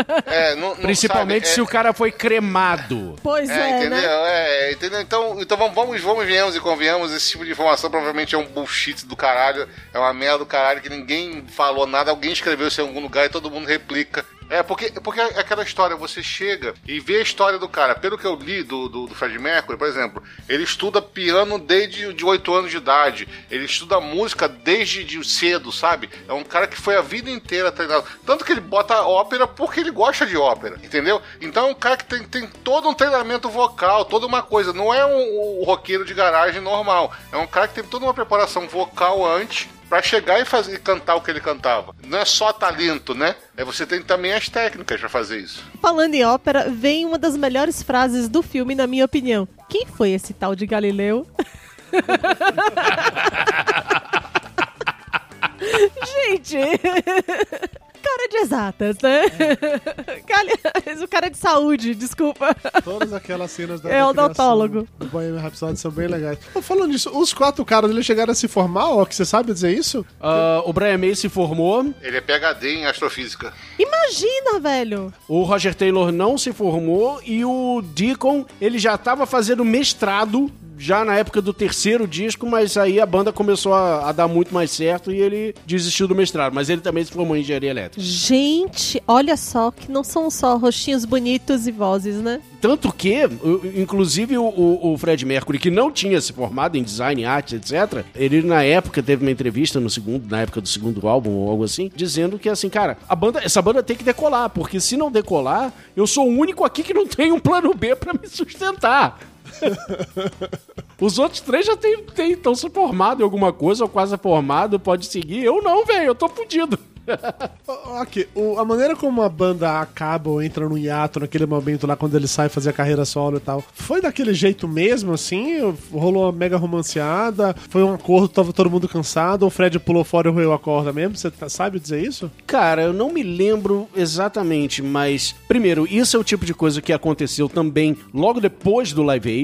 Speaker 3: É, não, não,
Speaker 4: Principalmente
Speaker 3: sabe,
Speaker 4: se
Speaker 3: é,
Speaker 4: o cara foi cremado.
Speaker 2: Pois é,
Speaker 3: é entendeu?
Speaker 2: né?
Speaker 3: É, entendeu? Então, então vamos, vamos, vamos, venhamos e convenhamos, esse tipo de informação provavelmente é um bullshit do caralho, é uma merda do caralho que ninguém falou nada, alguém escreveu isso em algum lugar e todo mundo replica. É, porque, porque é aquela história, você chega e vê a história do cara. Pelo que eu li do, do, do Fred Mercury, por exemplo, ele estuda piano desde de oito anos de idade, ele estuda música desde de cedo, sabe? É um cara que foi a vida inteira treinado. Tanto que ele bota ópera porque ele gosta de ópera, entendeu? Então é um cara que tem, tem todo um treinamento vocal, toda uma coisa. Não é um, um roqueiro de garagem normal. É um cara que tem toda uma preparação vocal antes pra chegar e fazer, cantar o que ele cantava. Não é só talento, né? É, você tem também as técnicas pra fazer isso.
Speaker 2: Falando em ópera, vem uma das melhores frases do filme, na minha opinião. Quem foi esse tal de Galileu? Gente... Cara de exatas, né? Aliás, o cara de saúde, desculpa.
Speaker 5: Todas aquelas cenas da,
Speaker 2: é
Speaker 5: da
Speaker 2: odontólogo
Speaker 5: do Bohemian Rhapsody são bem legais. Falando nisso, os quatro caras, eles chegaram a se formar, ó, que você sabe dizer isso?
Speaker 4: Uh, o Brian May se formou.
Speaker 3: Ele é P H D em astrofísica.
Speaker 2: Imagina, velho!
Speaker 4: O Roger Taylor não se formou e o Deacon, ele já tava fazendo mestrado já na época do terceiro disco, mas aí a banda começou a, a dar muito mais certo e ele desistiu do mestrado, mas ele também se formou em engenharia elétrica.
Speaker 2: Gente, olha só que não são só rostinhos bonitos e vozes, né?
Speaker 4: Tanto que, inclusive, o, o Fred Mercury, que não tinha se formado em design, arte, etcétera, ele na época teve uma entrevista no segundo, na época do segundo álbum ou algo assim, dizendo que assim, cara, a banda, essa banda tem que decolar, porque se não decolar, eu sou o único aqui que não tem um plano B pra me sustentar. Os outros três já estão se formado em alguma coisa, ou quase formado, pode seguir. Eu não, velho, eu tô fudido.
Speaker 5: Ok, o, a maneira como a banda acaba ou entra no hiato naquele momento lá, quando ele sai fazer a carreira solo e tal, foi daquele jeito mesmo, assim? Rolou uma mega romanceada? Foi um acordo, tava todo mundo cansado? Ou o Fred pulou fora e roeu a corda mesmo? Você tá, sabe dizer isso?
Speaker 4: Cara, eu não me lembro exatamente, mas primeiro, isso é o tipo de coisa que aconteceu também logo depois do Live Aid.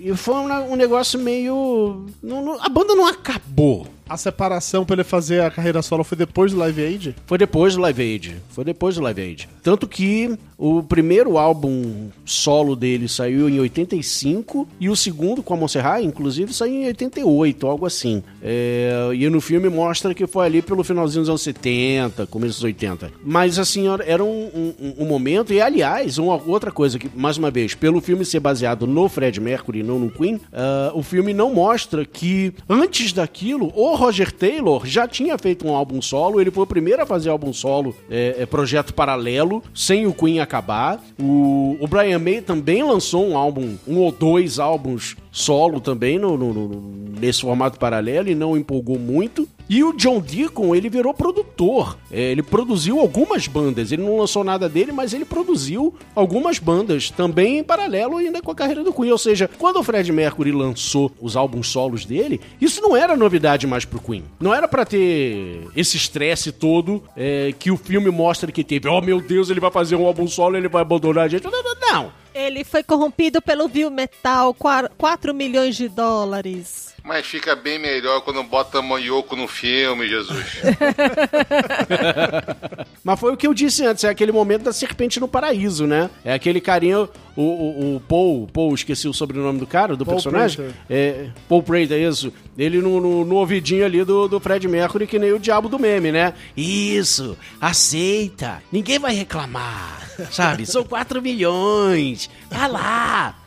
Speaker 4: e foi um, um negócio meio... Não, não, a banda não acabou.
Speaker 5: A separação pra ele fazer a carreira solo foi depois do Live Aid?
Speaker 4: Foi depois do Live Aid. Foi depois do Live Aid. Tanto que o primeiro álbum solo dele saiu em oitenta e cinco e o segundo, com a Montserrat, inclusive, saiu em oitenta e oito, algo assim. É, e no filme mostra que foi ali pelo finalzinho dos anos setenta, começo dos oitenta. Mas, assim, era um, um, um momento... E, aliás, uma outra coisa que, mais uma vez, pelo filme ser baseado no Fred Mercury e não no Queen, uh, o filme não mostra que, antes daquilo, o Roger Taylor já tinha feito um álbum solo, ele foi o primeiro a fazer álbum solo, é, é, projeto paralelo, sem o Queen acabar. O, o Brian May também lançou um álbum, um ou dois álbuns solo também no, no, no, nesse formato paralelo e não empolgou muito. E o John Deacon, ele virou produtor. É, ele produziu algumas bandas. Ele não lançou nada dele, mas ele produziu algumas bandas, também em paralelo ainda com a carreira do Queen. Ou seja, quando o Fred Mercury lançou os álbuns solos dele, isso não era novidade mais pro Queen. Não era pra ter esse estresse todo é, que o filme mostra que teve. Oh, meu Deus, ele vai fazer um álbum solo, ele vai abandonar a gente. Não, não, não.
Speaker 2: Ele foi corrompido pelo Viu Metal, quatro milhões de dólares.
Speaker 3: Mas fica bem melhor quando bota Manioco no filme, Jesus.
Speaker 4: Mas foi o que eu disse antes, é aquele momento da serpente no paraíso, né? É aquele carinha, o, o, o Paul, Paul, esqueci o sobrenome do cara, do
Speaker 5: Paul
Speaker 4: personagem. É, Paul Prater, isso. Ele no, no, no ouvidinho ali do, do Fred Mercury, que nem o diabo do meme, né? Isso, aceita, ninguém vai reclamar, sabe? São quatro milhões, vai lá.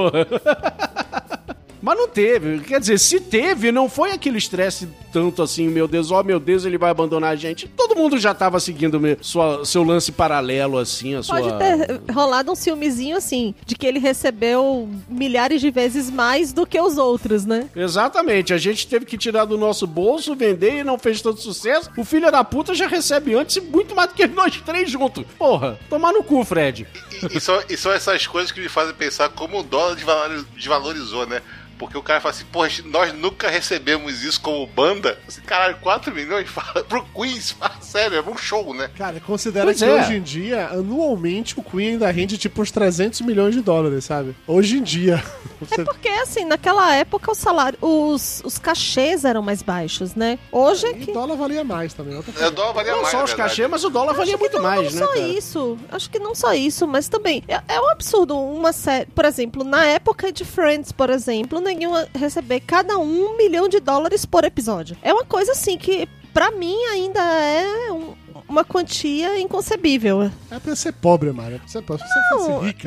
Speaker 4: Mas não teve, quer dizer, se teve, não foi aquele estresse tanto assim, meu Deus, ó, oh, meu Deus, ele vai abandonar a gente. Todo mundo já tava seguindo sua, seu lance paralelo, assim, a sua...
Speaker 2: Pode ter rolado um filmezinho, assim, de que ele recebeu milhares de vezes mais do que os outros, né?
Speaker 4: Exatamente, a gente teve que tirar do nosso bolso, vender e não fez tanto sucesso. O filho da puta já recebe antes e muito mais do que nós três juntos. Porra, tomar no cu, Fred.
Speaker 3: E, e, são, e são essas coisas que me fazem pensar como o dólar desvalorizou, né? Porque o cara fala assim, porra, nós nunca recebemos isso como banda. Assim, caralho, quatro milhões fala, pro Queen, fala, sério, é um show, né?
Speaker 5: Cara, considera
Speaker 4: pois
Speaker 5: que
Speaker 4: é.
Speaker 5: hoje em dia, anualmente, o Queen ainda rende tipo uns trezentos milhões de dólares, sabe? Hoje em dia.
Speaker 2: Você... É porque, assim, naquela época o salário, os, os cachês eram mais baixos, né? Hoje é
Speaker 5: e
Speaker 2: que...
Speaker 5: o dólar valia mais também.
Speaker 3: É, o dólar valia
Speaker 4: não
Speaker 3: mais,
Speaker 4: só os cachês, mas o dólar
Speaker 2: Acho
Speaker 4: valia muito
Speaker 2: não,
Speaker 4: mais,
Speaker 2: não
Speaker 4: né,
Speaker 2: só
Speaker 4: cara?
Speaker 2: isso. Acho que não só isso, mas também é, é um absurdo uma série, por exemplo, na época de Friends, por exemplo, ninguém receber cada um milhão de dólares por episódio. É uma coisa assim que pra mim ainda é um, uma quantia inconcebível.
Speaker 5: É pra ser pobre, Mara. Se você fosse rica,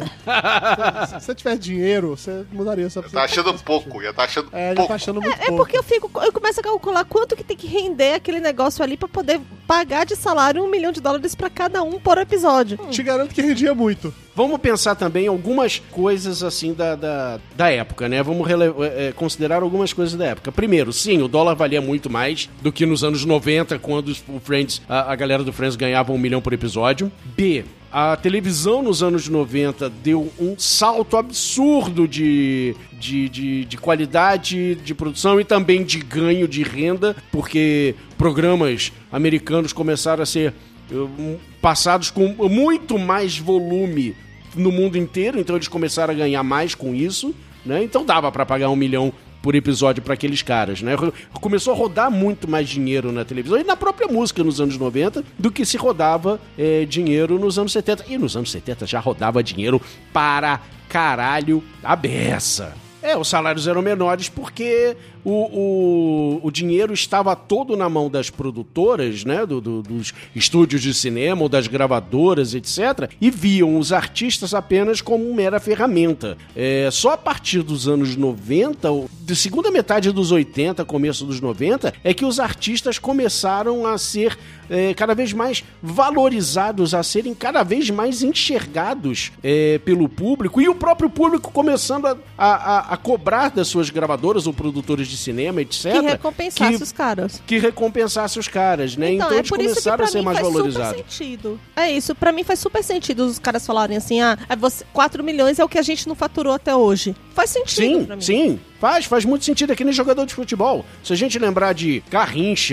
Speaker 5: se, se você tiver dinheiro, você mudaria só pra
Speaker 3: Tá achando pouco, já tá achando
Speaker 5: É, já
Speaker 3: pouco.
Speaker 5: tá achando muito
Speaker 2: É, é
Speaker 5: pouco.
Speaker 2: porque eu fico, eu começo a calcular quanto que tem que render aquele negócio ali pra poder pagar de salário um milhão de dólares pra cada um por episódio.
Speaker 5: Te garanto que rendia muito.
Speaker 4: Vamos pensar também algumas coisas assim da, da, da época, né? Vamos rele- é, considerar algumas coisas da época. Primeiro, sim, o dólar valia muito mais do que nos anos noventa, quando o Friends, a, a galera do Friends ganhava um milhão por episódio. B, a televisão nos anos noventa deu um salto absurdo de, de, de, de qualidade de produção e também de ganho de renda, porque programas americanos começaram a ser um, passados com muito mais volume no mundo inteiro, então eles começaram a ganhar mais com isso, né? Então dava pra pagar um milhão por episódio pra aqueles caras, né? Começou a rodar muito mais dinheiro na televisão e na própria música nos anos noventa do que se rodava é, dinheiro nos anos setenta. E nos anos setenta já rodava dinheiro para caralho a beça. É, os salários eram menores porque o, o, o dinheiro estava todo na mão das produtoras, né, do, do, dos estúdios de cinema ou das gravadoras, etcétera, e viam os artistas apenas como mera ferramenta. É, só a partir dos anos noventa, de segunda metade dos oitenta, começo dos noventa, é que os artistas começaram a ser é, cada vez mais valorizados, a serem cada vez mais enxergados é, pelo público, e o próprio público começando a, a, a cobrar das suas gravadoras ou produtores de cinema, etcétera.
Speaker 2: Que recompensasse
Speaker 4: que,
Speaker 2: os caras.
Speaker 4: Que recompensasse os caras, né?
Speaker 2: Então,
Speaker 4: Então
Speaker 2: é
Speaker 4: eles
Speaker 2: por isso que
Speaker 4: começaram
Speaker 2: pra
Speaker 4: a ser
Speaker 2: mim
Speaker 4: mais
Speaker 2: faz
Speaker 4: valorizados.
Speaker 2: super sentido. É isso, pra mim faz super sentido os caras falarem assim, ah, é você, quatro milhões é o que a gente não faturou até hoje. Faz sentido
Speaker 4: Sim,
Speaker 2: pra mim.
Speaker 4: sim. Faz, faz muito sentido aqui nem jogador de futebol. Se a gente lembrar de Garrincha,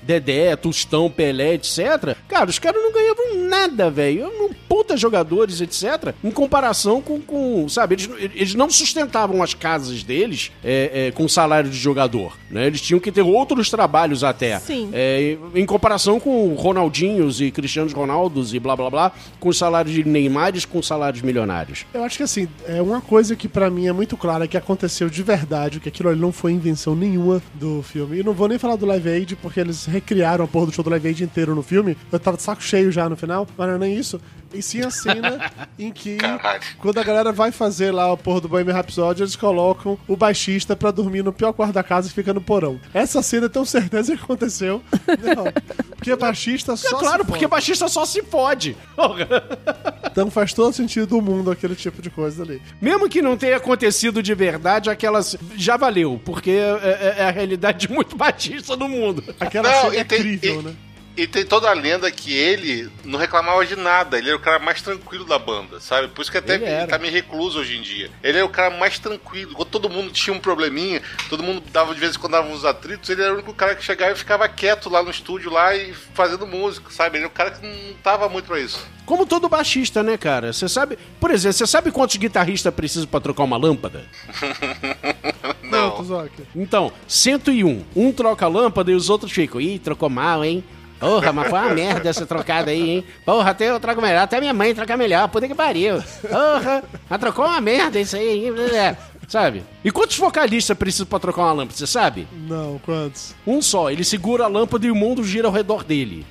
Speaker 4: Dedé, Tostão, Pelé, etcétera, cara, os caras não ganhavam nada, velho. Não puta jogadores, etcétera, em comparação com, com sabe, eles, eles não sustentavam as casas deles é, é, com salário de jogador, né? Eles tinham que ter outros trabalhos até.
Speaker 2: Sim.
Speaker 4: É, em comparação com Ronaldinhos e Cristianos Ronaldos e blá blá blá, com salários de Neymares, com salários milionários.
Speaker 5: Eu acho que assim, é uma coisa que pra mim é muito clara, que aconteceu de verdade, que aquilo ali não foi invenção nenhuma do filme. E não vou nem falar do Live Aid, porque eles recriaram a porra do show do Live Aid inteiro no filme. Eu tava de saco cheio já no final, mas não é nem isso. E sim a cena em que, Caralho. quando a galera vai fazer lá a porra do Bohemian Rhapsody, eles colocam o baixista pra dormir no pior quarto da casa e fica no porão. Essa cena eu tenho certeza que aconteceu. Não, porque baixista só é
Speaker 4: claro,
Speaker 5: se
Speaker 4: porque
Speaker 5: fode.
Speaker 4: baixista só se fode.
Speaker 5: Então faz todo sentido do mundo aquele tipo de coisa ali.
Speaker 4: Mesmo que não tenha acontecido de verdade, aquelas já valeu, porque é, é a realidade de muito baixista do mundo.
Speaker 5: Aquela
Speaker 3: não,
Speaker 5: cena é
Speaker 3: tem,
Speaker 5: incrível,
Speaker 3: e,
Speaker 5: né?
Speaker 3: E tem toda a lenda que ele não reclamava de nada. Ele era o cara mais tranquilo da banda, sabe? Por isso que até ele, ele tá meio recluso hoje em dia. Ele é o cara mais tranquilo. Quando todo mundo tinha um probleminha, todo mundo dava de vez em quando dava uns atritos, ele era o único cara que chegava e ficava quieto lá no estúdio lá e fazendo música, sabe? Ele é o cara que não tava muito pra isso.
Speaker 4: Como todo baixista, né, cara? Você sabe... Por exemplo, você sabe quantos guitarristas precisam pra trocar uma lâmpada?
Speaker 3: Não.
Speaker 4: Então, cento e um. Um troca a lâmpada e os outros ficam... Ih, trocou mal, hein? Porra, mas foi uma merda essa trocada aí, hein? Porra, até eu troco melhor, até minha mãe troca melhor, puta que pariu. Porra, mas trocou uma merda isso aí, hein? É, sabe? E quantos vocalistas precisam pra trocar uma lâmpada, você sabe?
Speaker 5: Não, quantos?
Speaker 4: Um só, ele segura a lâmpada e o mundo gira ao redor dele.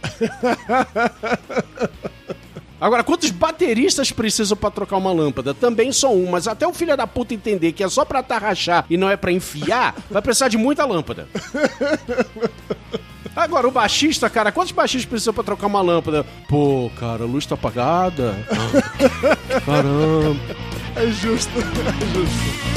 Speaker 4: Agora, quantos bateristas precisam pra trocar uma lâmpada? Também só um, mas até o filho da puta entender que é só pra tarrachar e não é pra enfiar, vai precisar de muita lâmpada. Agora, o baixista, cara, quantos baixistas precisam pra trocar uma lâmpada? Pô, cara, a luz tá apagada. Ah, caramba.
Speaker 5: É justo, é justo.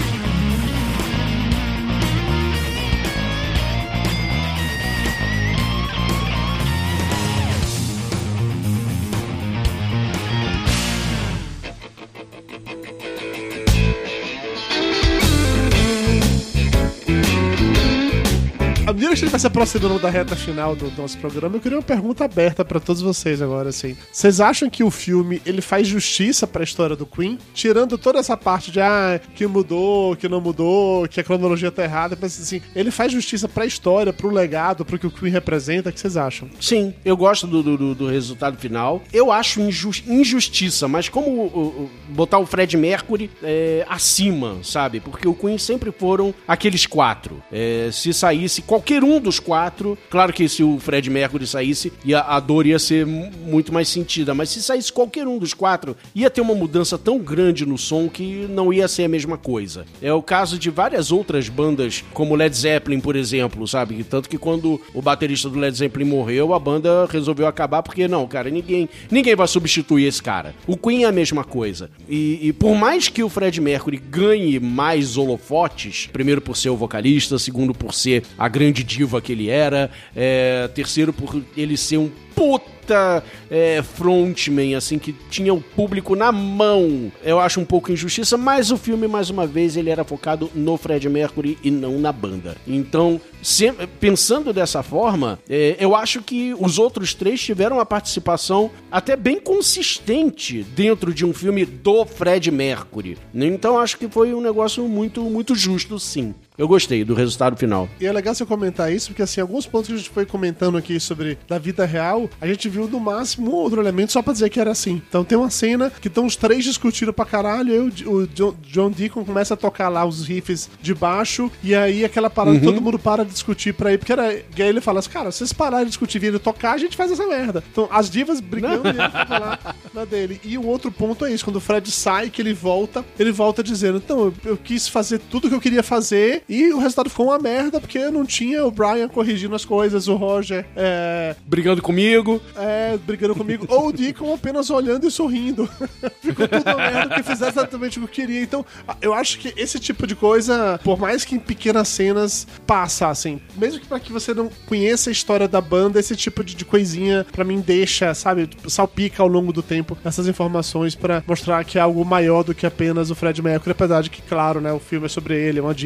Speaker 5: À medida que a gente vai se aproximando da reta final do nosso programa, eu queria uma pergunta aberta pra todos vocês agora, assim. Vocês acham que o filme, ele faz justiça pra história do Queen? Tirando toda essa parte de, ah, que mudou, que não mudou, que a cronologia tá errada, mas assim, ele faz justiça pra história, pro legado, pro que o Queen representa? O que vocês acham?
Speaker 4: Sim, eu gosto do, do, do resultado final. Eu acho inju- injustiça, mas como o, o, botar o Fred Mercury é, acima, sabe? Porque o Queen sempre foram aqueles quatro. É, se saísse qualquer um dos quatro, claro que se o Fred Mercury saísse, ia, a dor ia ser m- muito mais sentida, mas se saísse qualquer um dos quatro, ia ter uma mudança tão grande no som que não ia ser a mesma coisa. É o caso de várias outras bandas, como Led Zeppelin, por exemplo, sabe? Tanto que quando o baterista do Led Zeppelin morreu, a banda resolveu acabar, porque não, cara, ninguém, ninguém vai substituir esse cara. O Queen é a mesma coisa. E, e por mais que o Fred Mercury ganhe mais holofotes, primeiro por ser o vocalista, segundo por ser a grande diva que ele era, é, terceiro por ele ser um puta é, frontman, assim, que tinha o público na mão. Eu acho um pouco injustiça, mas o filme, mais uma vez, ele era focado no Fred Mercury e não na banda. Então, se, pensando dessa forma, é, eu acho que os outros três tiveram uma participação até bem consistente dentro de um filme do Fred Mercury. Então, acho que foi um negócio muito, muito justo, sim. Eu gostei do resultado final.
Speaker 5: E é legal você comentar isso, porque assim, alguns pontos que a gente foi comentando aqui sobre da vida real, a gente viu no máximo um outro elemento só pra dizer que era assim. Então tem uma cena que estão os três discutindo pra caralho, aí o, o John, John Deacon começa a tocar lá os riffs de baixo, e aí aquela parada, uhum. todo mundo para de discutir pra ir, porque era, e aí ele fala assim, cara, se vocês pararem de discutir e virem tocar, a gente faz essa merda. Então as divas brigando e ele fica lá na dele. E o outro ponto é isso, quando o Fred sai, que ele volta, ele volta dizendo, então, eu, eu quis fazer tudo que eu queria fazer, e o resultado ficou uma merda, porque não tinha o Brian corrigindo as coisas, o Roger é...
Speaker 4: brigando comigo.
Speaker 5: É, brigando comigo. Ou o Deacon apenas olhando e sorrindo. Ficou tudo uma merda, porque fizeram exatamente o que eu queria. Então, eu acho que esse tipo de coisa, por mais que em pequenas cenas, passa, assim. Mesmo que pra que você não conheça a história da banda, esse tipo de, de coisinha, pra mim, deixa, sabe, salpica ao longo do tempo essas informações pra mostrar que é algo maior do que apenas o Fred Mercury, apesar de que, claro, né, o filme é sobre ele, é uma diva, blá blá blá.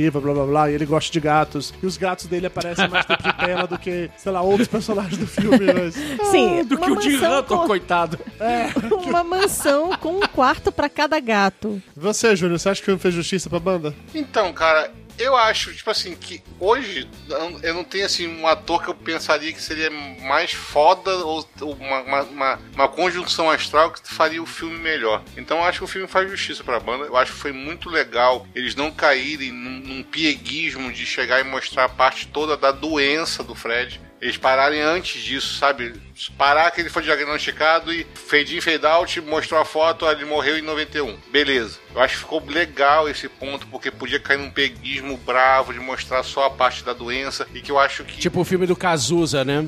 Speaker 5: blá, e ele gosta de gatos. E os gatos dele aparecem mais tempo de tela do que, sei lá, outros personagens do filme. Mas...
Speaker 2: Sim,
Speaker 4: ah, do que o Jim Hutton,
Speaker 2: com...
Speaker 4: coitado.
Speaker 2: É. Uma mansão com um quarto pra cada gato.
Speaker 5: Você, Júnior, você acha que o filme fez justiça pra banda?
Speaker 3: Então, cara... Eu acho, tipo assim, que hoje eu não tenho, assim, um ator que eu pensaria que seria mais foda ou uma, uma, uma, uma conjunção astral que faria o filme melhor. Então eu acho que o filme faz justiça pra banda. Eu acho que foi muito legal eles não caírem num, num pieguismo de chegar e mostrar a parte toda da doença do Fred. Eles pararem antes disso, sabe? Parar que ele foi diagnosticado e fade in, fade out, mostrou a foto, ele morreu em noventa e um. Beleza. Eu acho que ficou legal esse ponto, porque podia cair num peguismo bravo de mostrar só a parte da doença e que eu acho que...
Speaker 4: Tipo o filme do Cazuza, né?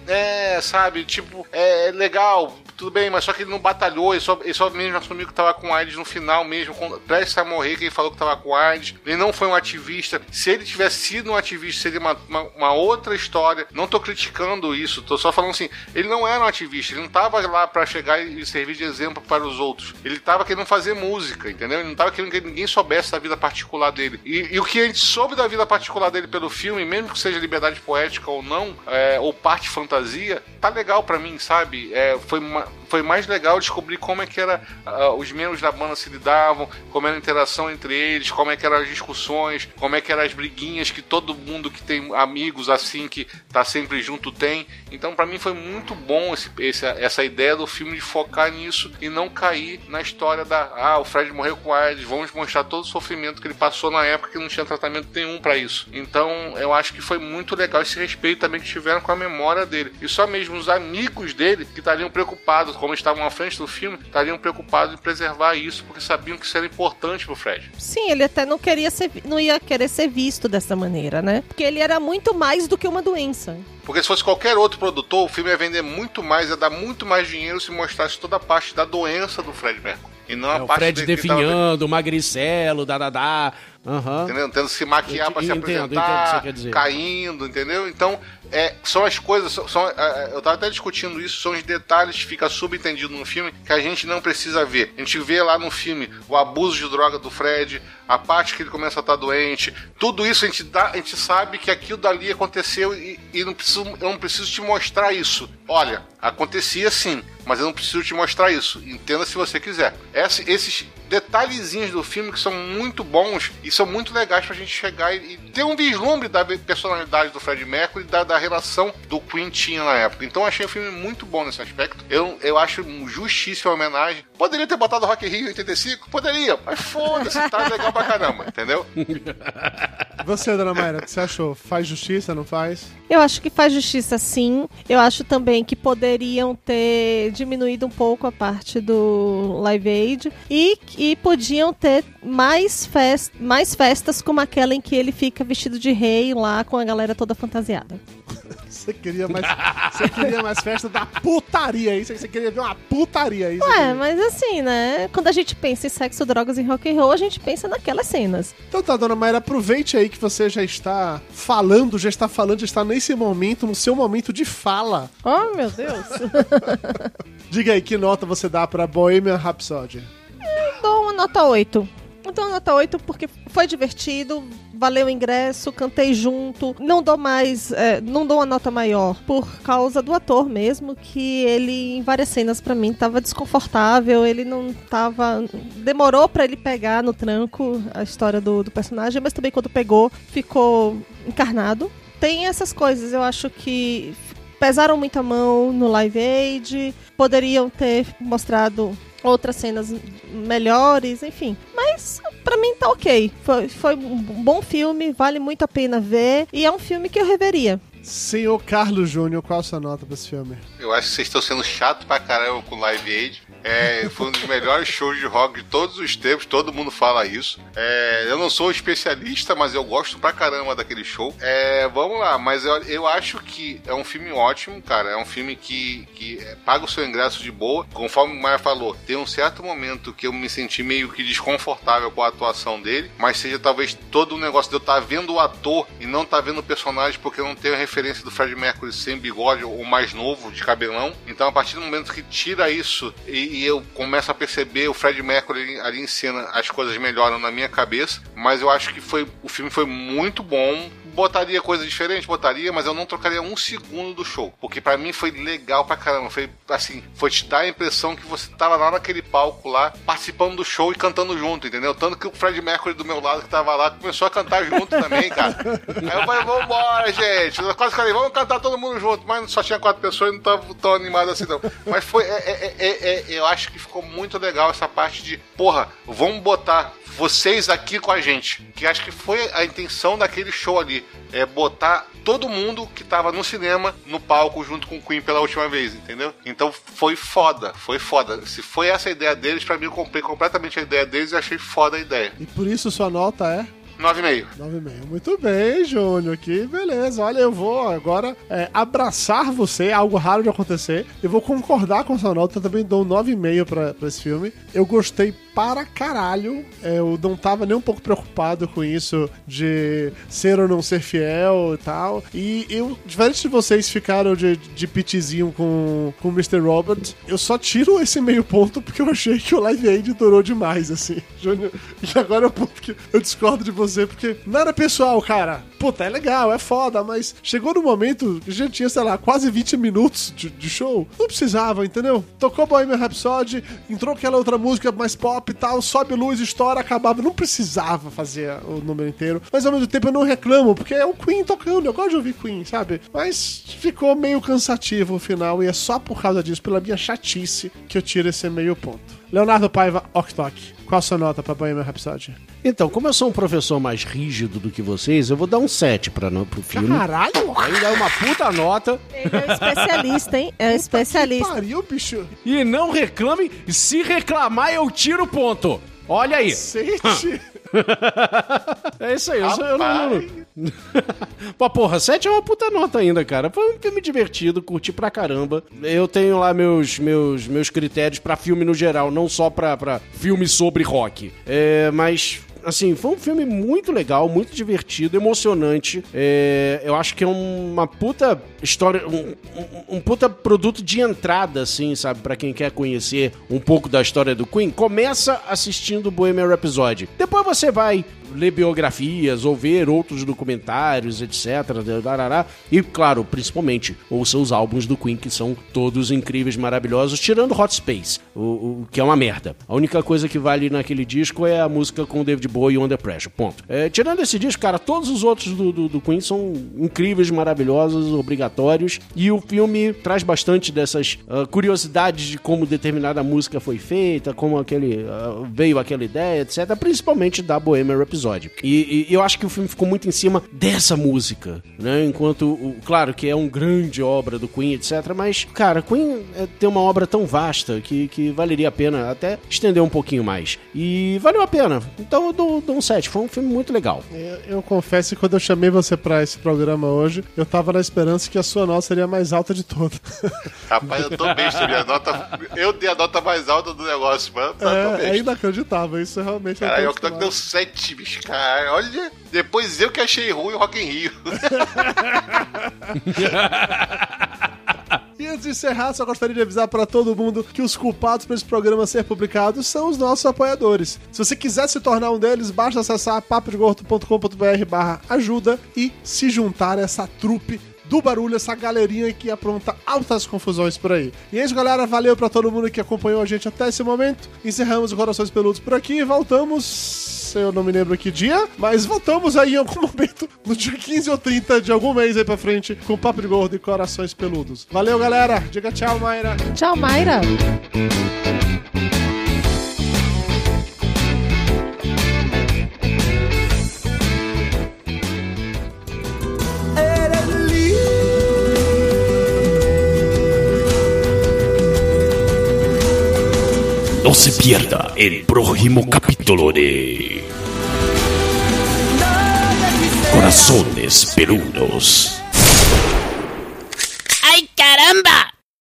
Speaker 2: É.
Speaker 3: É, sabe? Tipo, é legal, tudo bem, mas só que ele não batalhou, ele só, ele só mesmo assumiu que tava com AIDS no final mesmo, prestes a morrer, que ele falou que tava com AIDS. Ele não foi um ativista. Se ele tivesse sido um ativista, seria uma, uma, uma outra história. Não tô criticando isso, tô só falando assim, ele não era um ativista, ele não tava lá pra chegar e servir de exemplo para os outros. Ele tava querendo fazer música, entendeu? Ele não tava querendo que ninguém soubesse da vida particular dele. E, e o que a gente soube da vida particular dele pelo filme, mesmo que seja liberdade poética ou não, é, ou parte fantasia, tá legal pra mim, sabe? É, foi, uma, foi mais legal descobrir como é que era uh, os membros da banda se lidavam, como era a interação entre eles, como é que eram as discussões, como é que eram as briguinhas que todo mundo que tem amigos assim, que tá sempre junto tem. Então pra mim foi muito bom esse, esse, essa ideia do filme de focar nisso e não cair na história da, ah, o Fred morreu com AIDS, vamos mostrar todo o sofrimento que ele passou na época que não tinha tratamento nenhum pra isso. Então eu acho que foi muito legal esse respeito também que tiveram com a memória dele. E só mesmo os amigos dele que estariam preocupados, como estavam à frente do filme, estariam preocupados em preservar isso, porque sabiam que isso era importante pro Fred.
Speaker 2: Sim, ele até não queria ser, não ia querer ser visto dessa maneira, né? Porque ele era muito mais do que uma doença.
Speaker 3: Porque se fosse qualquer outro produtor, o filme ia vender muito mais, ia dar muito mais dinheiro se mostrasse toda a parte da doença do Fred Mercury. E não
Speaker 4: é,
Speaker 3: a
Speaker 4: o
Speaker 3: parte
Speaker 4: Fred definhando, tava... magricelo, dadadá. Uhum.
Speaker 3: Entendeu? Tendo se maquiar
Speaker 4: eu,
Speaker 3: pra se
Speaker 4: entendo,
Speaker 3: apresentar,
Speaker 4: entendo o que você quer dizer.
Speaker 3: Caindo, entendeu? Então, é, são as coisas, são, são, é, eu tava até discutindo isso, são os detalhes que ficam subentendidos no filme que a gente não precisa ver. A gente vê lá no filme o abuso de droga do Fred, a parte que ele começa a estar doente, tudo isso a gente, dá, a gente sabe que aquilo dali aconteceu e, e não preciso, eu não preciso te mostrar isso. Olha, acontecia sim, mas eu não preciso te mostrar isso. Entenda se você quiser. Esse, esses detalhezinhos do filme que são muito bons e são muito legais pra gente chegar e, e ter um vislumbre da personalidade do Fred Mercury e da, da relação do Queen tinha na época. Então eu achei o filme muito bom nesse aspecto. Eu, eu acho justíssima a homenagem. Poderia ter botado Rock in Rio em oitenta e cinco? Poderia, mas foda-se, tá legal pra caramba, entendeu?
Speaker 5: Você, dona Mayra, o que você achou? Faz justiça, não faz?
Speaker 2: Eu acho que faz justiça, sim. Eu acho também que poderiam ter diminuído um pouco a parte do Live Aid e, e podiam ter mais, fest, mais festas como aquela em que ele fica vestido de rei lá com a galera toda fantasiada.
Speaker 5: Você queria mais, você queria mais festa da putaria, isso? Você queria ver uma putaria, isso?
Speaker 2: Ué, mas assim, né? Quando a gente pensa em sexo, drogas e rock and roll, a gente pensa naquelas cenas.
Speaker 5: Então tá, dona Mayra, aproveite aí que você já está falando, já está falando, já está nesse momento, no seu momento de fala.
Speaker 2: Oh, meu Deus.
Speaker 5: Diga aí, que nota você dá pra Bohemian Rhapsody?
Speaker 2: Eu dou uma nota oito. Eu dou uma nota oito porque foi divertido, valeu o ingresso, cantei junto. Não dou mais, é, não dou uma nota maior por causa do ator mesmo, que ele em várias cenas pra mim tava desconfortável, ele não tava... Demorou pra ele pegar no tranco a história do, do personagem, mas também quando pegou, ficou encarnado. Tem essas coisas, eu acho que pesaram muito a mão no Live Aid, poderiam ter mostrado outras cenas melhores, enfim. Mas pra mim tá ok. Foi, foi um bom filme, vale muito a pena ver. E é um filme que eu reveria.
Speaker 5: Senhor Carlos Júnior, qual a sua nota pra esse filme?
Speaker 3: Eu acho que vocês estão sendo chato pra caramba com o Live Aid. É, foi um dos melhores shows de rock de todos os tempos, todo mundo fala isso. É, eu não sou especialista, mas eu gosto pra caramba daquele show. É, vamos lá, mas eu, eu acho que é um filme ótimo, cara. É um filme que, que é, paga o seu ingresso de boa. Conforme o Maia falou, tem um certo momento que eu me senti meio que desconfortável com a atuação dele, mas seja talvez todo o negócio de eu estar vendo o ator e não estar vendo o personagem porque eu não tenho referência referência do Fred Mercury sem bigode ou mais novo, de cabelão. Então, a partir do momento que tira isso e, e eu começo a perceber o Fred Mercury ali, ali em cena, as coisas melhoram na minha cabeça. Mas eu acho que foi, o filme foi muito bom. Botaria coisa diferente? Botaria, mas eu não trocaria um segundo do show. Porque pra mim foi legal pra caramba. Foi assim, foi te dar a impressão que você tava lá naquele palco lá, participando do show e cantando junto, entendeu? Tanto que o Fred Mercury do meu lado que tava lá começou a cantar junto também, cara. Aí eu falei, vambora, gente. Eu quase falei, vamos cantar todo mundo junto. Mas só tinha quatro pessoas e não tava tão animado assim, não. Mas foi, é, é, é, é, eu acho que ficou muito legal essa parte de, porra, vamos botar vocês aqui com a gente. Que acho que foi a intenção daquele show ali. É botar todo mundo que tava no cinema no palco junto com o Queen pela última vez, entendeu? Então foi foda, foi foda. Se foi essa a ideia deles, pra mim eu comprei completamente a ideia deles e achei foda a ideia.
Speaker 5: E por isso sua nota é?
Speaker 3: nove e meio.
Speaker 5: nove e meio. Muito bem, Júnior. Que beleza. Olha, eu vou agora é, abraçar você, algo raro de acontecer. Eu vou concordar com sua nota. Eu também dou um nove e meio pra, pra esse filme. Eu gostei para caralho. É, eu não tava nem um pouco preocupado com isso de ser ou não ser fiel e tal. E eu, diferente de vocês ficaram de, de pitizinho com, com o mister Robert, eu só tiro esse meio ponto porque eu achei que o Live Aid durou demais, assim. Júnior, e agora é o ponto que eu discordo de você. Porque nada pessoal, cara. Puta, é legal, é foda, mas chegou no momento que já tinha, sei lá, quase vinte minutos de, de show. Não precisava, entendeu? Tocou Bohemian Rhapsody, entrou aquela outra música mais pop e tal, sobe luz, estoura, acabava. Não precisava fazer o número inteiro. Mas ao mesmo tempo eu não reclamo, porque é o Queen tocando, eu gosto de ouvir Queen, sabe? Mas ficou meio cansativo o final e é só por causa disso, pela minha chatice, que eu tiro esse meio ponto. Leonardo Paiva, Ok-Tok. Qual a sua nota pra Bohemian Rhapsody?
Speaker 4: Então, como eu sou um professor mais rígido do que vocês, eu vou dar um sete pra, pro filme.
Speaker 5: Caralho!
Speaker 4: Ainda é uma puta nota.
Speaker 2: Ele é um especialista, hein? É um especialista.
Speaker 5: Que pariu, bicho.
Speaker 4: E não reclame. Se reclamar, eu tiro ponto. Olha aí.
Speaker 5: Sete.
Speaker 4: É isso aí. Eu, sou, eu não... não... Pô, porra, sete é uma puta nota ainda, cara. Foi um filme divertido, curti pra caramba. Eu tenho lá meus, meus, meus critérios pra filme no geral, não só pra, pra filme sobre rock. É, mas... Assim, foi um filme muito legal, muito divertido, emocionante. É, eu acho que é uma puta história, um, um, um puta produto de entrada, assim, sabe? Pra quem quer conhecer um pouco da história do Queen. Começa assistindo Bohemian Rhapsody. Depois você vai ler biografias ou ver outros documentários, etcétera. E, claro, principalmente, ouça os álbuns do Queen, que são todos incríveis, maravilhosos, tirando Hot Space, o, o que é uma merda. A única coisa que vale naquele disco é a música com o David Bowie, Under Pressure, ponto. É, tirando esse disco, cara, todos os outros do, do, do Queen são incríveis, maravilhosos, obrigatórios, e o filme traz bastante dessas uh, curiosidades de como determinada música foi feita, como aquele, uh, veio aquela ideia, etcétera, principalmente da Bohemian Rhapsody. E, e eu acho que o filme ficou muito em cima dessa música, né? Enquanto, o, claro que é uma grande obra do Queen, etcétera, mas, cara, Queen é, tem uma obra tão vasta que, que valeria a pena até estender um pouquinho mais. E valeu a pena. Então eu dou, dou um sete. Foi um filme muito legal.
Speaker 5: Eu, eu confesso que quando eu chamei você pra esse programa hoje, eu tava na esperança que a sua nota seria a mais alta de todas.
Speaker 3: Rapaz, eu tô besta, minha nota. Eu dei a nota mais alta do negócio, mano.
Speaker 5: É, é inacreditável, isso realmente.
Speaker 3: Cara, eu que deu sete, bicho. Cara, olha, depois eu que achei ruim o Rock in Rio.
Speaker 5: E antes de encerrar, só gostaria de avisar para todo mundo que os culpados para esse programa ser publicado são os nossos apoiadores. Se você quiser se tornar um deles, basta acessar papodegordo ponto com ponto br barra ajuda e se juntar a essa trupe do barulho, essa galerinha que apronta altas confusões por aí. E é isso, galera. Valeu pra todo mundo que acompanhou a gente até esse momento. Encerramos o Corações Peludos por aqui e voltamos... Eu não me lembro que dia, mas voltamos aí em algum momento, no dia quinze ou trinta de algum mês aí pra frente, com Papo de Gordo e Corações Peludos. Valeu, galera. Diga tchau, Mayra.
Speaker 2: Tchau, Mayra.
Speaker 1: No se pierda el próximo capítulo de Corazones Peludos.
Speaker 6: ¡Ay, caramba!